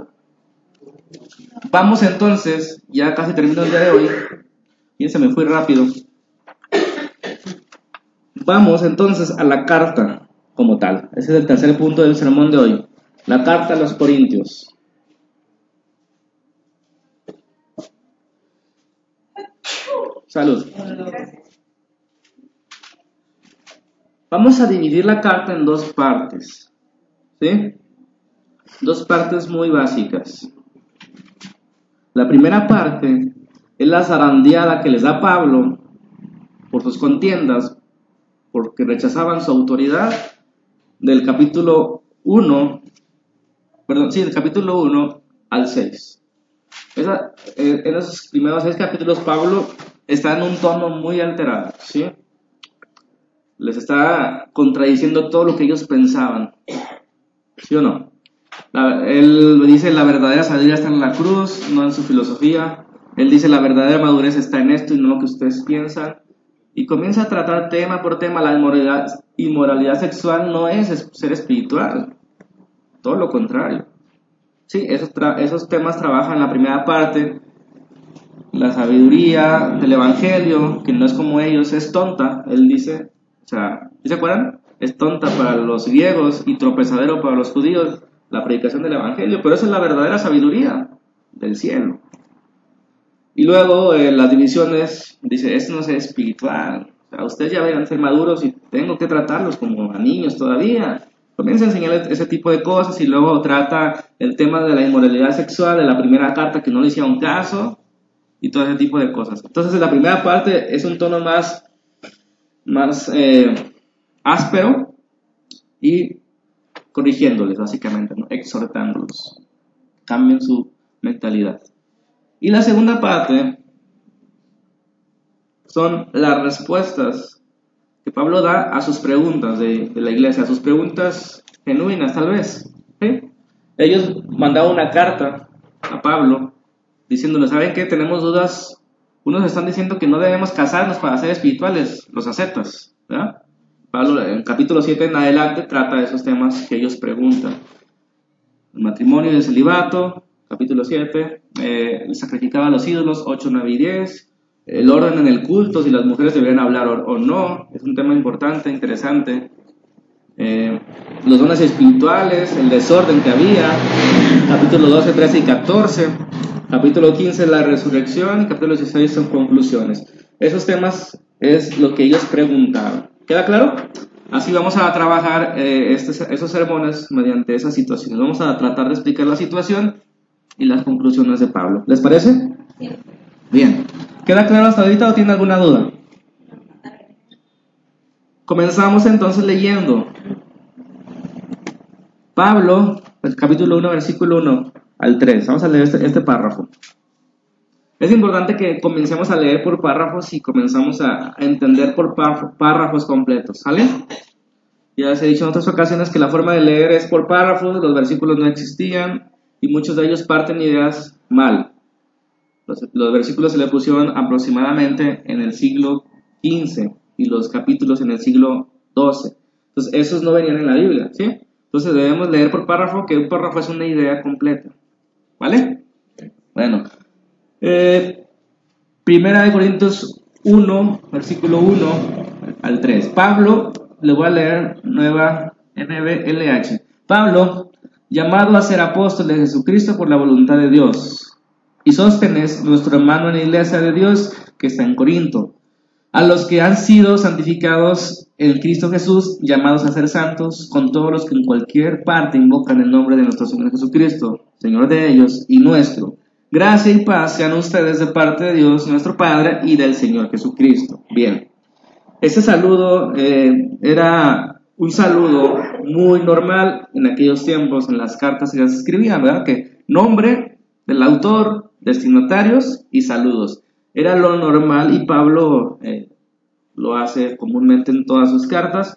[SPEAKER 1] Vamos entonces, ya casi termino el día de hoy, y se me fue rápido. Vamos entonces a la carta como tal. Ese es el tercer punto del sermón de hoy. La carta a los Corintios. Salud. Vamos a dividir la carta en dos partes, ¿sí? Dos partes muy básicas. La primera parte es la zarandeada que les da Pablo por sus contiendas, porque rechazaban su autoridad, del capítulo uno, perdón, sí, del capítulo uno al seis. Esa, eh, en esos primeros seis capítulos Pablo está en un tono muy alterado, ¿sí? Les está contradiciendo todo lo que ellos pensaban, ¿sí o no? La, él dice la verdadera sabiduría está en la cruz, no en su filosofía. Él dice la verdadera madurez está en esto y no lo que ustedes piensan. Y comienza a tratar tema por tema. La inmoralidad, inmoralidad sexual no es ser espiritual, todo lo contrario. Sí, esos, tra- esos temas trabajan en la primera parte. La sabiduría del evangelio, que no es como ellos, es tonta. Él dice, o sea, ¿se acuerdan? Es tonta para los griegos y tropezadero para los judíos la predicación del evangelio, pero esa es la verdadera sabiduría del cielo. Y luego eh, las divisiones, dice, esto no es espiritual. O sea, ustedes ya vayan a ser maduros y tengo que tratarlos como a niños todavía. Comienza a enseñarles ese tipo de cosas y luego trata el tema de la inmoralidad sexual de la primera carta que no le hicieron caso y todo ese tipo de cosas. Entonces la primera parte es un tono más, más eh, áspero y corrigiéndoles básicamente, ¿no? Exhortándolos. Cambien su mentalidad. Y la segunda parte son las respuestas que Pablo da a sus preguntas de, de la iglesia, a sus preguntas genuinas tal vez, ¿sí? Ellos mandaban una carta a Pablo diciéndole, ¿saben qué? Tenemos dudas. Unos están diciendo que no debemos casarnos para ser espirituales, los ascetas, ¿verdad? Pablo en el capítulo siete en adelante trata de esos temas que ellos preguntan. El matrimonio y el celibato, capítulo siete, eh, sacrificaba a los ídolos, ocho, nueve y diez, el orden en el culto, si las mujeres deberían hablar o, o no, es un tema importante, interesante. Eh, los dones espirituales, el desorden que había, capítulo doce, trece y catorce, capítulo quince la resurrección y capítulo dieciséis son conclusiones. Esos temas es lo que ellos preguntaban. ¿Queda claro? Así vamos a trabajar eh, estos, esos sermones mediante esas situaciones. Vamos a tratar de explicar la situación y las conclusiones de Pablo. ¿Les parece?
[SPEAKER 2] Sí.
[SPEAKER 1] Bien. ¿Queda claro hasta ahorita o tiene alguna duda? Comenzamos entonces leyendo. Pablo, el capítulo uno, versículo uno al tres. Vamos a leer este, este párrafo. Es importante que comencemos a leer por párrafos y comenzamos a, a entender por párrafos completos, ¿sale? Ya les he dicho en otras ocasiones que la forma de leer es por párrafos, los versículos no existían y muchos de ellos parten ideas mal. Los, los versículos se le pusieron aproximadamente en el siglo quince y los capítulos en el siglo doce. Entonces, esos no venían en la Biblia, ¿sí? Entonces, debemos leer por párrafo, que un párrafo es una idea completa, ¿vale? Bueno, eh, Primera de Corintios uno, versículo uno al tres. Pablo, le voy a leer nueva N B L H. Pablo, llamado a ser apóstol de Jesucristo por la voluntad de Dios, y Sóstenes, nuestro hermano en la iglesia de Dios que está en Corinto, a los que han sido santificados en Cristo Jesús, llamados a ser santos, con todos los que en cualquier parte invocan el nombre de nuestro Señor Jesucristo, Señor de ellos y nuestro. Gracia y paz sean ustedes de parte de Dios nuestro Padre y del Señor Jesucristo. Bien, ese saludo eh, era un saludo muy normal en aquellos tiempos, en las cartas que se escribían, ¿verdad? Que nombre del autor, destinatarios y saludos. Era lo normal y Pablo eh, lo hace comúnmente en todas sus cartas.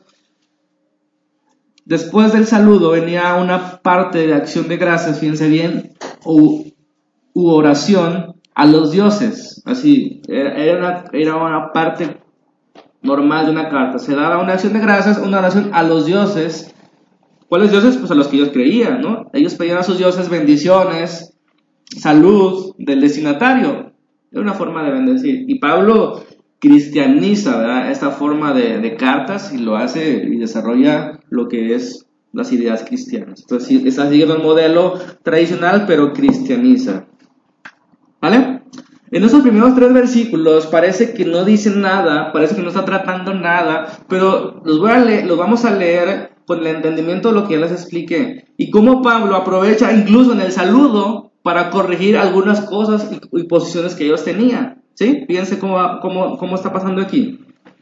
[SPEAKER 1] Después del saludo venía una parte de acción de gracias, fíjense bien, u, u oración a los dioses. Así, era una, era una parte normal de una carta. Se daba una acción de gracias, una oración a los dioses. ¿Cuáles dioses? Pues a los que ellos creían, ¿no? Ellos pedían a sus dioses bendiciones, salud del destinatario. Era una forma de bendecir. Y Pablo cristianiza, ¿verdad?, esta forma de, de cartas y lo hace y desarrolla lo que es las ideas cristianas. Entonces, está siguiendo el modelo tradicional, pero cristianiza. ¿Vale? En esos primeros tres versículos parece que no dicen nada, parece que no está tratando nada, pero los, voy a leer, los vamos a leer con el entendimiento de lo que ya les expliqué. Y cómo Pablo aprovecha incluso en el saludo para corregir algunas cosas y, y posiciones que ellos tenían. ¿Sí? Fíjense cómo, cómo, cómo está pasando aquí.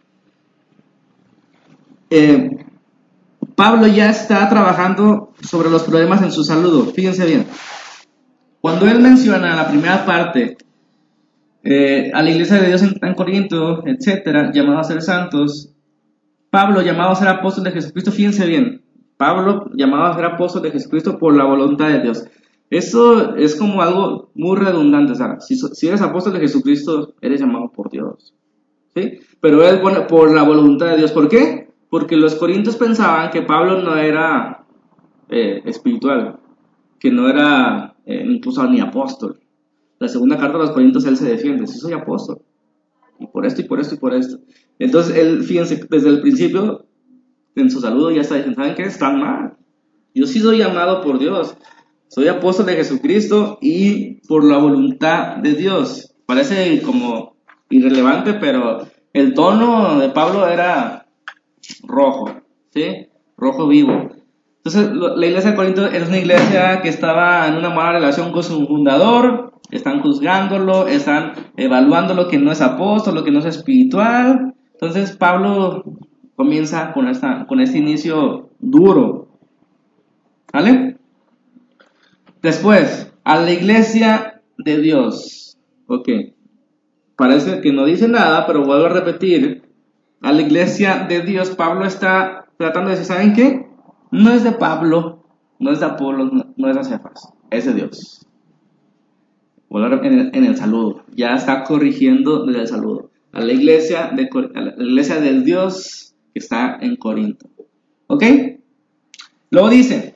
[SPEAKER 1] Eh, Pablo ya está trabajando sobre los problemas en su saludo. Fíjense bien. Cuando él menciona la primera parte, eh, a la iglesia de Dios en, en Corinto, etcétera, llamado a ser santos, Pablo llamado a ser apóstol de Jesucristo, fíjense bien. Pablo llamado a ser apóstol de Jesucristo por la voluntad de Dios. Eso es como algo muy redundante, o sea, si, si eres apóstol de Jesucristo, eres llamado por Dios, ¿sí? Pero es por, por la voluntad de Dios. ¿Por qué? Porque los corintios pensaban que Pablo no era eh, espiritual, que no era eh, incluso ni apóstol. La segunda carta de los corintios él se defiende, sí soy apóstol, y por esto, y por esto, y por esto. Entonces él, fíjense, desde el principio, en su saludo ya está diciendo, ¿saben qué? Están mal. Yo sí soy llamado por Dios. Soy apóstol de Jesucristo y por la voluntad de Dios. Parece como irrelevante, pero el tono de Pablo era rojo, ¿sí? Rojo vivo. Entonces, la iglesia de Corinto era una iglesia que estaba en una mala relación con su fundador. Están juzgándolo, están evaluando lo que no es apóstol, lo que no es espiritual. Entonces, Pablo comienza con, esta, con este inicio duro. ¿Vale? Después, a la iglesia de Dios. Ok. Parece que no dice nada, pero vuelvo a repetir. A la iglesia de Dios, Pablo está tratando de decir, ¿saben qué? No es de Pablo, no es de Apolo, no, no es de Cefas, es de Dios. Vuelvo a repetir en el, en el saludo. Ya está corrigiendo desde el saludo. A la iglesia de, a la iglesia del Dios que está en Corinto. ¿Ok? Luego dice,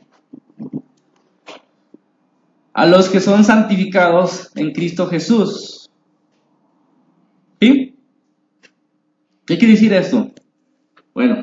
[SPEAKER 1] a los que son santificados en Cristo Jesús. ¿Sí? ¿Qué quiere decir esto? Bueno,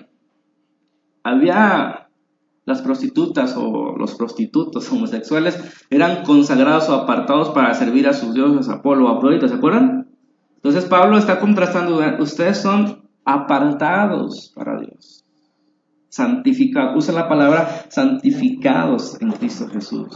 [SPEAKER 1] había las prostitutas o los prostitutos homosexuales, eran consagrados o apartados para servir a sus dioses, Apolo o Afrodita, ¿se acuerdan? Entonces Pablo está contrastando, ustedes son apartados para Dios. Santificados, usa la palabra santificados en Cristo Jesús.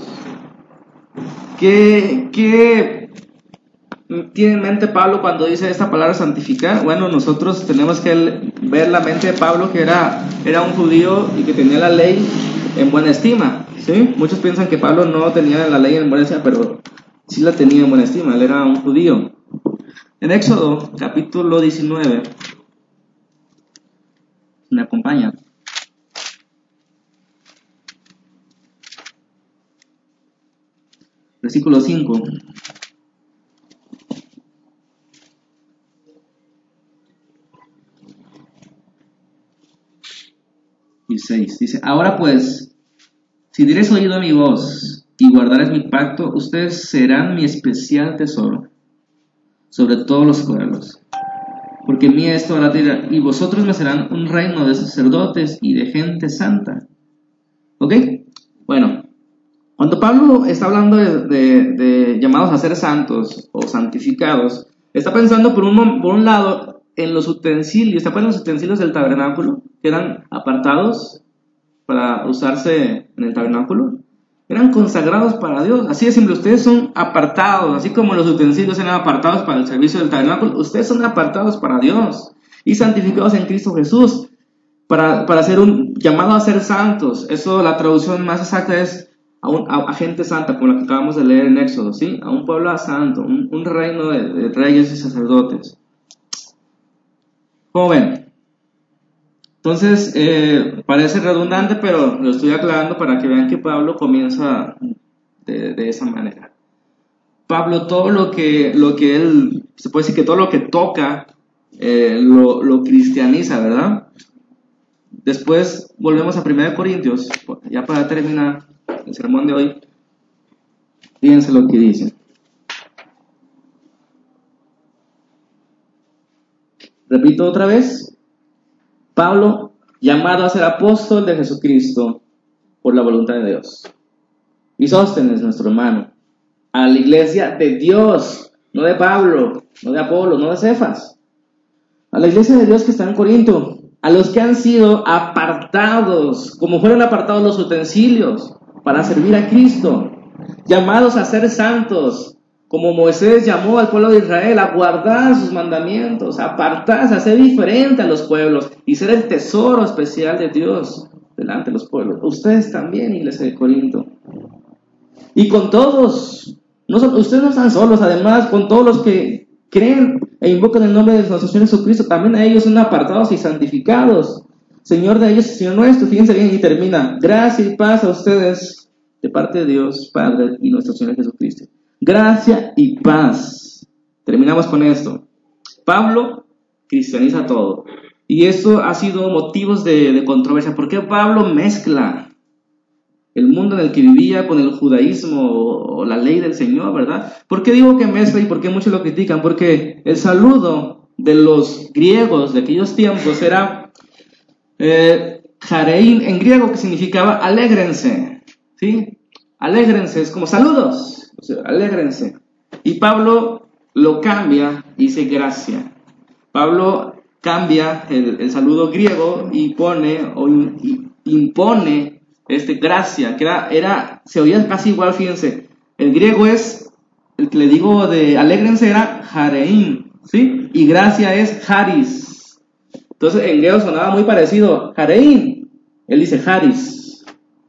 [SPEAKER 1] ¿Qué, qué tiene en mente Pablo cuando dice esta palabra santificar? Bueno, nosotros tenemos que ver la mente de Pablo, que era, era un judío y que tenía la ley en buena estima, ¿sí? Muchos piensan que Pablo no tenía la ley en buena estima, pero sí la tenía en buena estima, él era un judío. En Éxodo, capítulo diecinueve, ¿me acompaña? Versículo cinco. Y seis. Dice, ahora pues, si diereis oído a mi voz y guardareis mi pacto, ustedes serán mi especial tesoro sobre todos los pueblos. Porque mía es toda la tierra, y vosotros me serán un reino de sacerdotes y de gente santa. ¿Ok? Bueno, cuando Pablo está hablando de, de, de llamados a ser santos o santificados, está pensando por un, por un lado en los utensilios, está pensando en los utensilios del tabernáculo, que eran apartados para usarse en el tabernáculo, eran consagrados para Dios. Así de simple, ustedes son apartados, así como los utensilios eran apartados para el servicio del tabernáculo, ustedes son apartados para Dios y santificados en Cristo Jesús, para, para ser un llamado a ser santos. Eso, la traducción más exacta es a, un, a, a gente santa, como la que acabamos de leer en Éxodo, ¿sí? A un pueblo santo, un, un reino de, de reyes y sacerdotes. ¿Cómo ven? Entonces, eh, parece redundante, pero lo estoy aclarando para que vean que Pablo comienza de, de esa manera. Pablo, todo lo que, lo que él, se puede decir que todo lo que toca, eh, lo, lo cristianiza, ¿verdad? Después volvemos a primera de Corintios, ya para terminar el sermón de hoy. Fíjense lo que dice. Repito otra vez. Pablo, llamado a ser apóstol de Jesucristo por la voluntad de Dios. Y Sóstenes, nuestro hermano, a la iglesia de Dios, no de Pablo, no de Apolo, no de Cefas. A la iglesia de Dios que está en Corinto, a los que han sido apartados, como fueron apartados los utensilios, para servir a Cristo, llamados a ser santos, como Moisés llamó al pueblo de Israel a guardar sus mandamientos, a apartarse, a ser diferente a los pueblos y ser el tesoro especial de Dios delante de los pueblos. Ustedes también, iglesia de Corinto. Y con todos, no son, ustedes no están solos, además, con todos los que creen e invocan el nombre de nuestro Señor Jesucristo, también a ellos son apartados y santificados. Señor de ellos y Señor nuestro, fíjense bien y termina. Gracia y paz a ustedes de parte de Dios Padre y nuestro Señor Jesucristo. Gracia y paz. Terminamos con esto. Pablo cristianiza todo. Y esto ha sido motivos de, de controversia. ¿Por qué Pablo mezcla el mundo en el que vivía con el judaísmo o, o la ley del Señor, verdad? ¿Por qué digo que mezcla y por qué muchos lo critican? Porque el saludo de los griegos de aquellos tiempos era eh, jarein en griego, que significaba alégrense, ¿sí? Alégrense, es como saludos, o sea, alégrense. Y Pablo lo cambia y dice gracia. Pablo cambia el, el saludo griego y pone o in, impone este gracia, que era, era, se oía casi igual, fíjense. El griego es, el que le digo de alégrense era jarein, ¿sí? Y gracia es haris. Entonces en griego sonaba muy parecido, jarein. Él dice haris.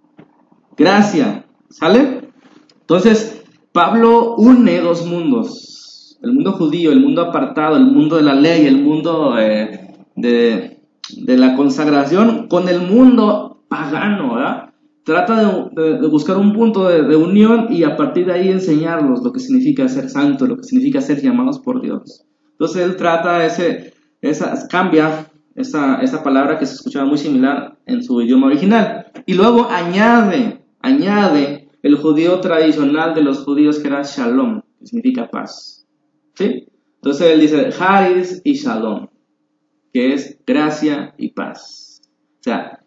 [SPEAKER 1] Gracia. ¿Sale? Entonces, Pablo une dos mundos. El mundo judío, el mundo apartado, el mundo de la ley, el mundo eh, de, de la consagración con el mundo pagano, ¿verdad? Trata de, de, de buscar un punto de, de unión y a partir de ahí enseñarlos lo que significa ser santo, lo que significa ser llamados por Dios. Entonces, él trata ese, esa, cambia esa, esa palabra que se escuchaba muy similar en su idioma original. Y luego añade, añade el judío tradicional de los judíos, que era shalom, que significa paz, ¿sí? Entonces él dice haris y shalom, que es gracia y paz. O sea,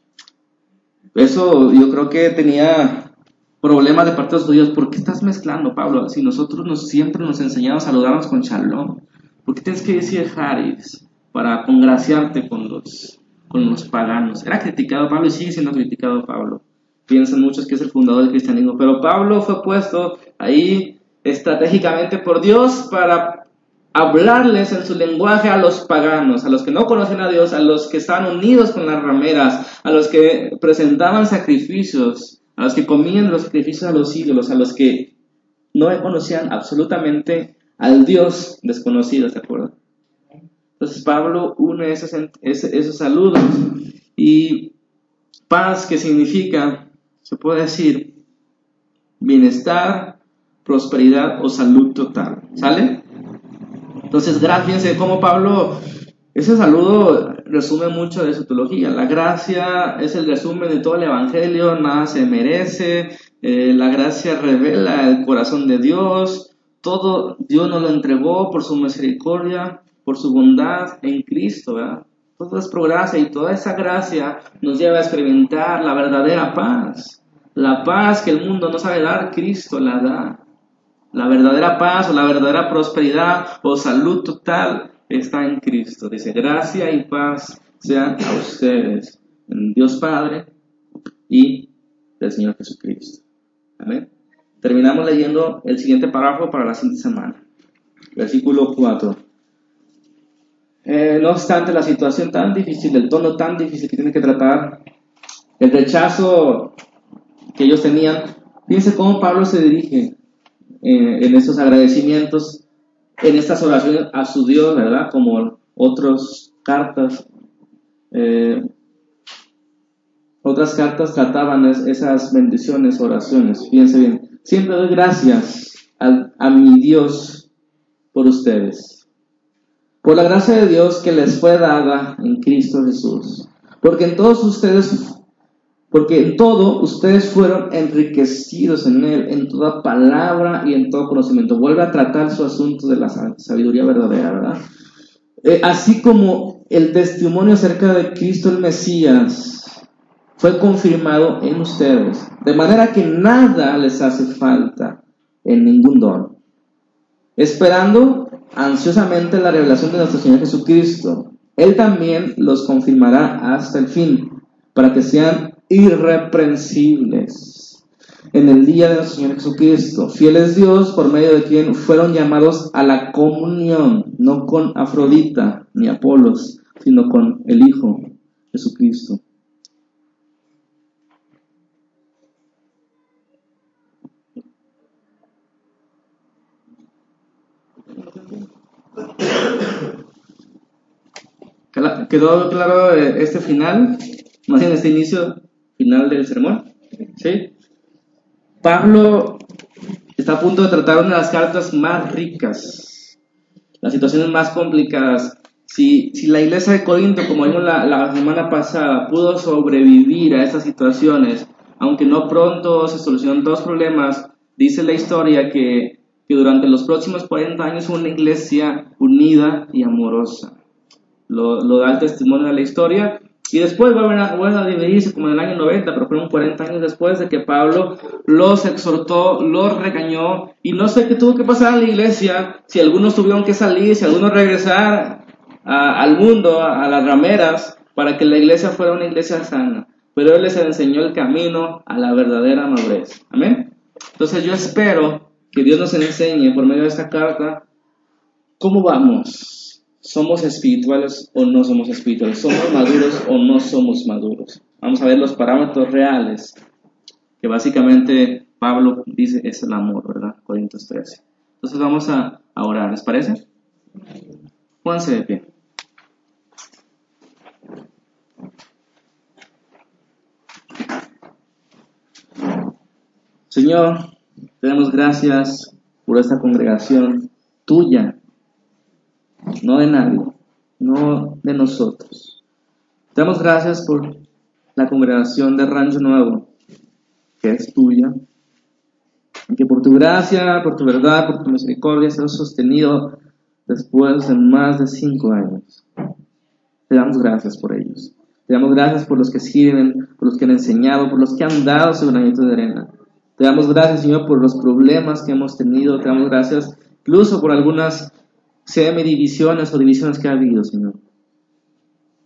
[SPEAKER 1] eso yo creo que tenía problemas de parte de los judíos. ¿Por qué estás mezclando, Pablo? Si nosotros nos, siempre nos enseñamos a saludarnos con shalom, ¿por qué tienes que decir haris? para congraciarte con los, con los paganos. Era criticado Pablo y sigue siendo criticado Pablo. Piensan muchos que es el fundador del cristianismo, pero Pablo fue puesto ahí estratégicamente por Dios para hablarles en su lenguaje a los paganos, a los que no conocen a Dios, a los que estaban unidos con las rameras, a los que presentaban sacrificios, a los que comían los sacrificios a los ídolos, a los que no conocían absolutamente al Dios desconocido, ¿se acuerdan? Entonces Pablo une esos, esos, esos saludos y paz, que significa, se puede decir, bienestar, prosperidad o salud total, ¿sale? Entonces, fíjense cómo Pablo, ese saludo resume mucho de su teología. La gracia es el resumen de todo el evangelio, nada se merece, eh, la gracia revela el corazón de Dios, todo Dios nos lo entregó por su misericordia, por su bondad en Cristo, ¿verdad? Todo es por gracia y toda esa gracia nos lleva a experimentar la verdadera paz. La paz que el mundo no sabe dar, Cristo la da. La verdadera paz o la verdadera prosperidad o salud total está en Cristo. Dice, gracia y paz sean a ustedes, en Dios Padre y del Señor Jesucristo. Amén. Terminamos leyendo el siguiente párrafo para la siguiente semana. Versículo cuatro. Eh, no obstante la situación tan difícil, el tono tan difícil que tienen que tratar, el rechazo que ellos tenían, fíjense cómo Pablo se dirige eh, en estos agradecimientos, en estas oraciones a su Dios, ¿verdad? Como otras cartas, eh, otras cartas trataban es, esas bendiciones, oraciones. Fíjense bien, siempre doy gracias a, a mi Dios por ustedes, por la gracia de Dios que les fue dada en Cristo Jesús, porque en todos ustedes, porque en todo ustedes fueron enriquecidos en Él, en toda palabra y en todo conocimiento. Vuelve a tratar su asunto de la sabiduría verdadera, ¿verdad? Eh, así como el testimonio acerca de Cristo el Mesías fue confirmado en ustedes, de manera que nada les hace falta en ningún don, esperando ansiosamente la revelación de nuestro Señor Jesucristo. Él también los confirmará hasta el fin, para que sean irreprensibles en el día de nuestro Señor Jesucristo. Fiel es Dios, por medio de quien fueron llamados a la comunión, no con Afrodita ni Apolos, sino con el Hijo Jesucristo. ¿Quedó claro este final? Más bien este inicio final del sermón. ¿Sí? Pablo está a punto de tratar una de las cartas más ricas, las situaciones más complicadas. Si, si la iglesia de Corinto, como vimos la, la semana pasada, pudo sobrevivir a estas situaciones, aunque no pronto se solucionaron dos problemas, dice la historia que, que durante los próximos cuarenta años fue una iglesia unida y amorosa. Lo, lo da el testimonio de la historia, y después vuelven a, vuelven a dividirse como en el año noventa, pero fueron cuarenta años después de que Pablo los exhortó, los regañó, y no sé qué tuvo que pasar en la iglesia, si algunos tuvieron que salir, si algunos regresar a, al mundo, a, a las rameras, para que la iglesia fuera una iglesia sana, pero él les enseñó el camino a la verdadera madurez. Amén. Entonces yo espero que Dios nos enseñe por medio de esta carta cómo vamos. ¿Somos espirituales o no somos espirituales? ¿Somos maduros o no somos maduros? Vamos a ver los parámetros reales, que básicamente Pablo dice es el amor, ¿verdad? Corintios trece. Entonces vamos a, a orar, ¿les parece? Pónganse de pie. Señor, te damos gracias por esta congregación tuya, no de nadie, no de nosotros. Te damos gracias por la congregación de Rancho Nuevo, que es tuya, y que por tu gracia, por tu verdad, por tu misericordia se ha sostenido después de más de cinco años. Te damos gracias por ellos. Te damos gracias por los que sirven, por los que han enseñado, por los que han dado su granito de arena. Te damos gracias, Señor, por los problemas que hemos tenido. Te damos gracias incluso por algunas semidivisiones o divisiones que ha habido, Señor.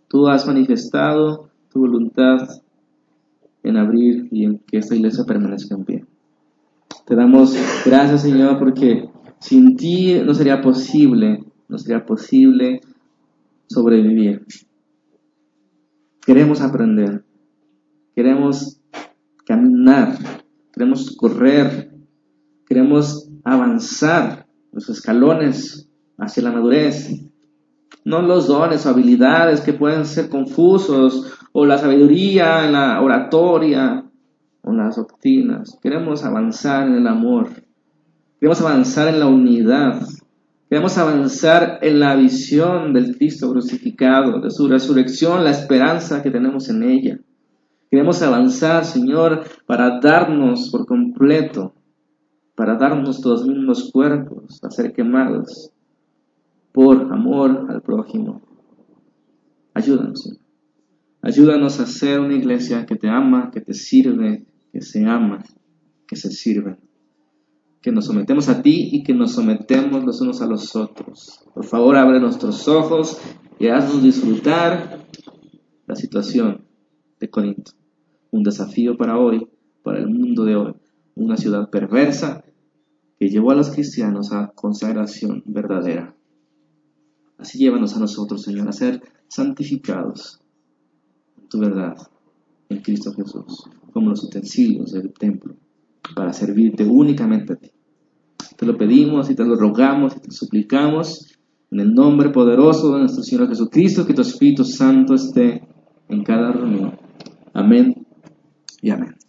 [SPEAKER 1] Tú has manifestado tu voluntad en abrir y en que esta iglesia permanezca en pie. Te damos gracias, Señor, porque sin ti no sería posible, no sería posible sobrevivir. Queremos aprender, queremos caminar, queremos correr, queremos avanzar los escalones hacia la madurez. No los dones o habilidades que pueden ser confusos, o la sabiduría en la oratoria, o las doctrinas. Queremos avanzar en el amor. Queremos avanzar en la unidad. Queremos avanzar en la visión del Cristo crucificado, de su resurrección, la esperanza que tenemos en ella. Queremos avanzar, Señor, para darnos por completo, para darnos nuestros mismos cuerpos a ser quemados por amor al prójimo. Ayúdanos, Señor. Ayúdanos a ser una iglesia que te ama, que te sirve, que se ama, que se sirve. Que nos sometemos a ti y que nos sometemos los unos a los otros. Por favor, abre nuestros ojos y haznos disfrutar la situación de Corinto. Un desafío para hoy, para el mundo de hoy. Una ciudad perversa que llevó a los cristianos a consagración verdadera. Así llévanos a nosotros, Señor, a ser santificados en tu verdad, en Cristo Jesús, como los utensilios del templo, para servirte únicamente a ti. Te lo pedimos y te lo rogamos y te suplicamos en el nombre poderoso de nuestro Señor Jesucristo, que tu Espíritu Santo esté en cada reunión. Amén y amén.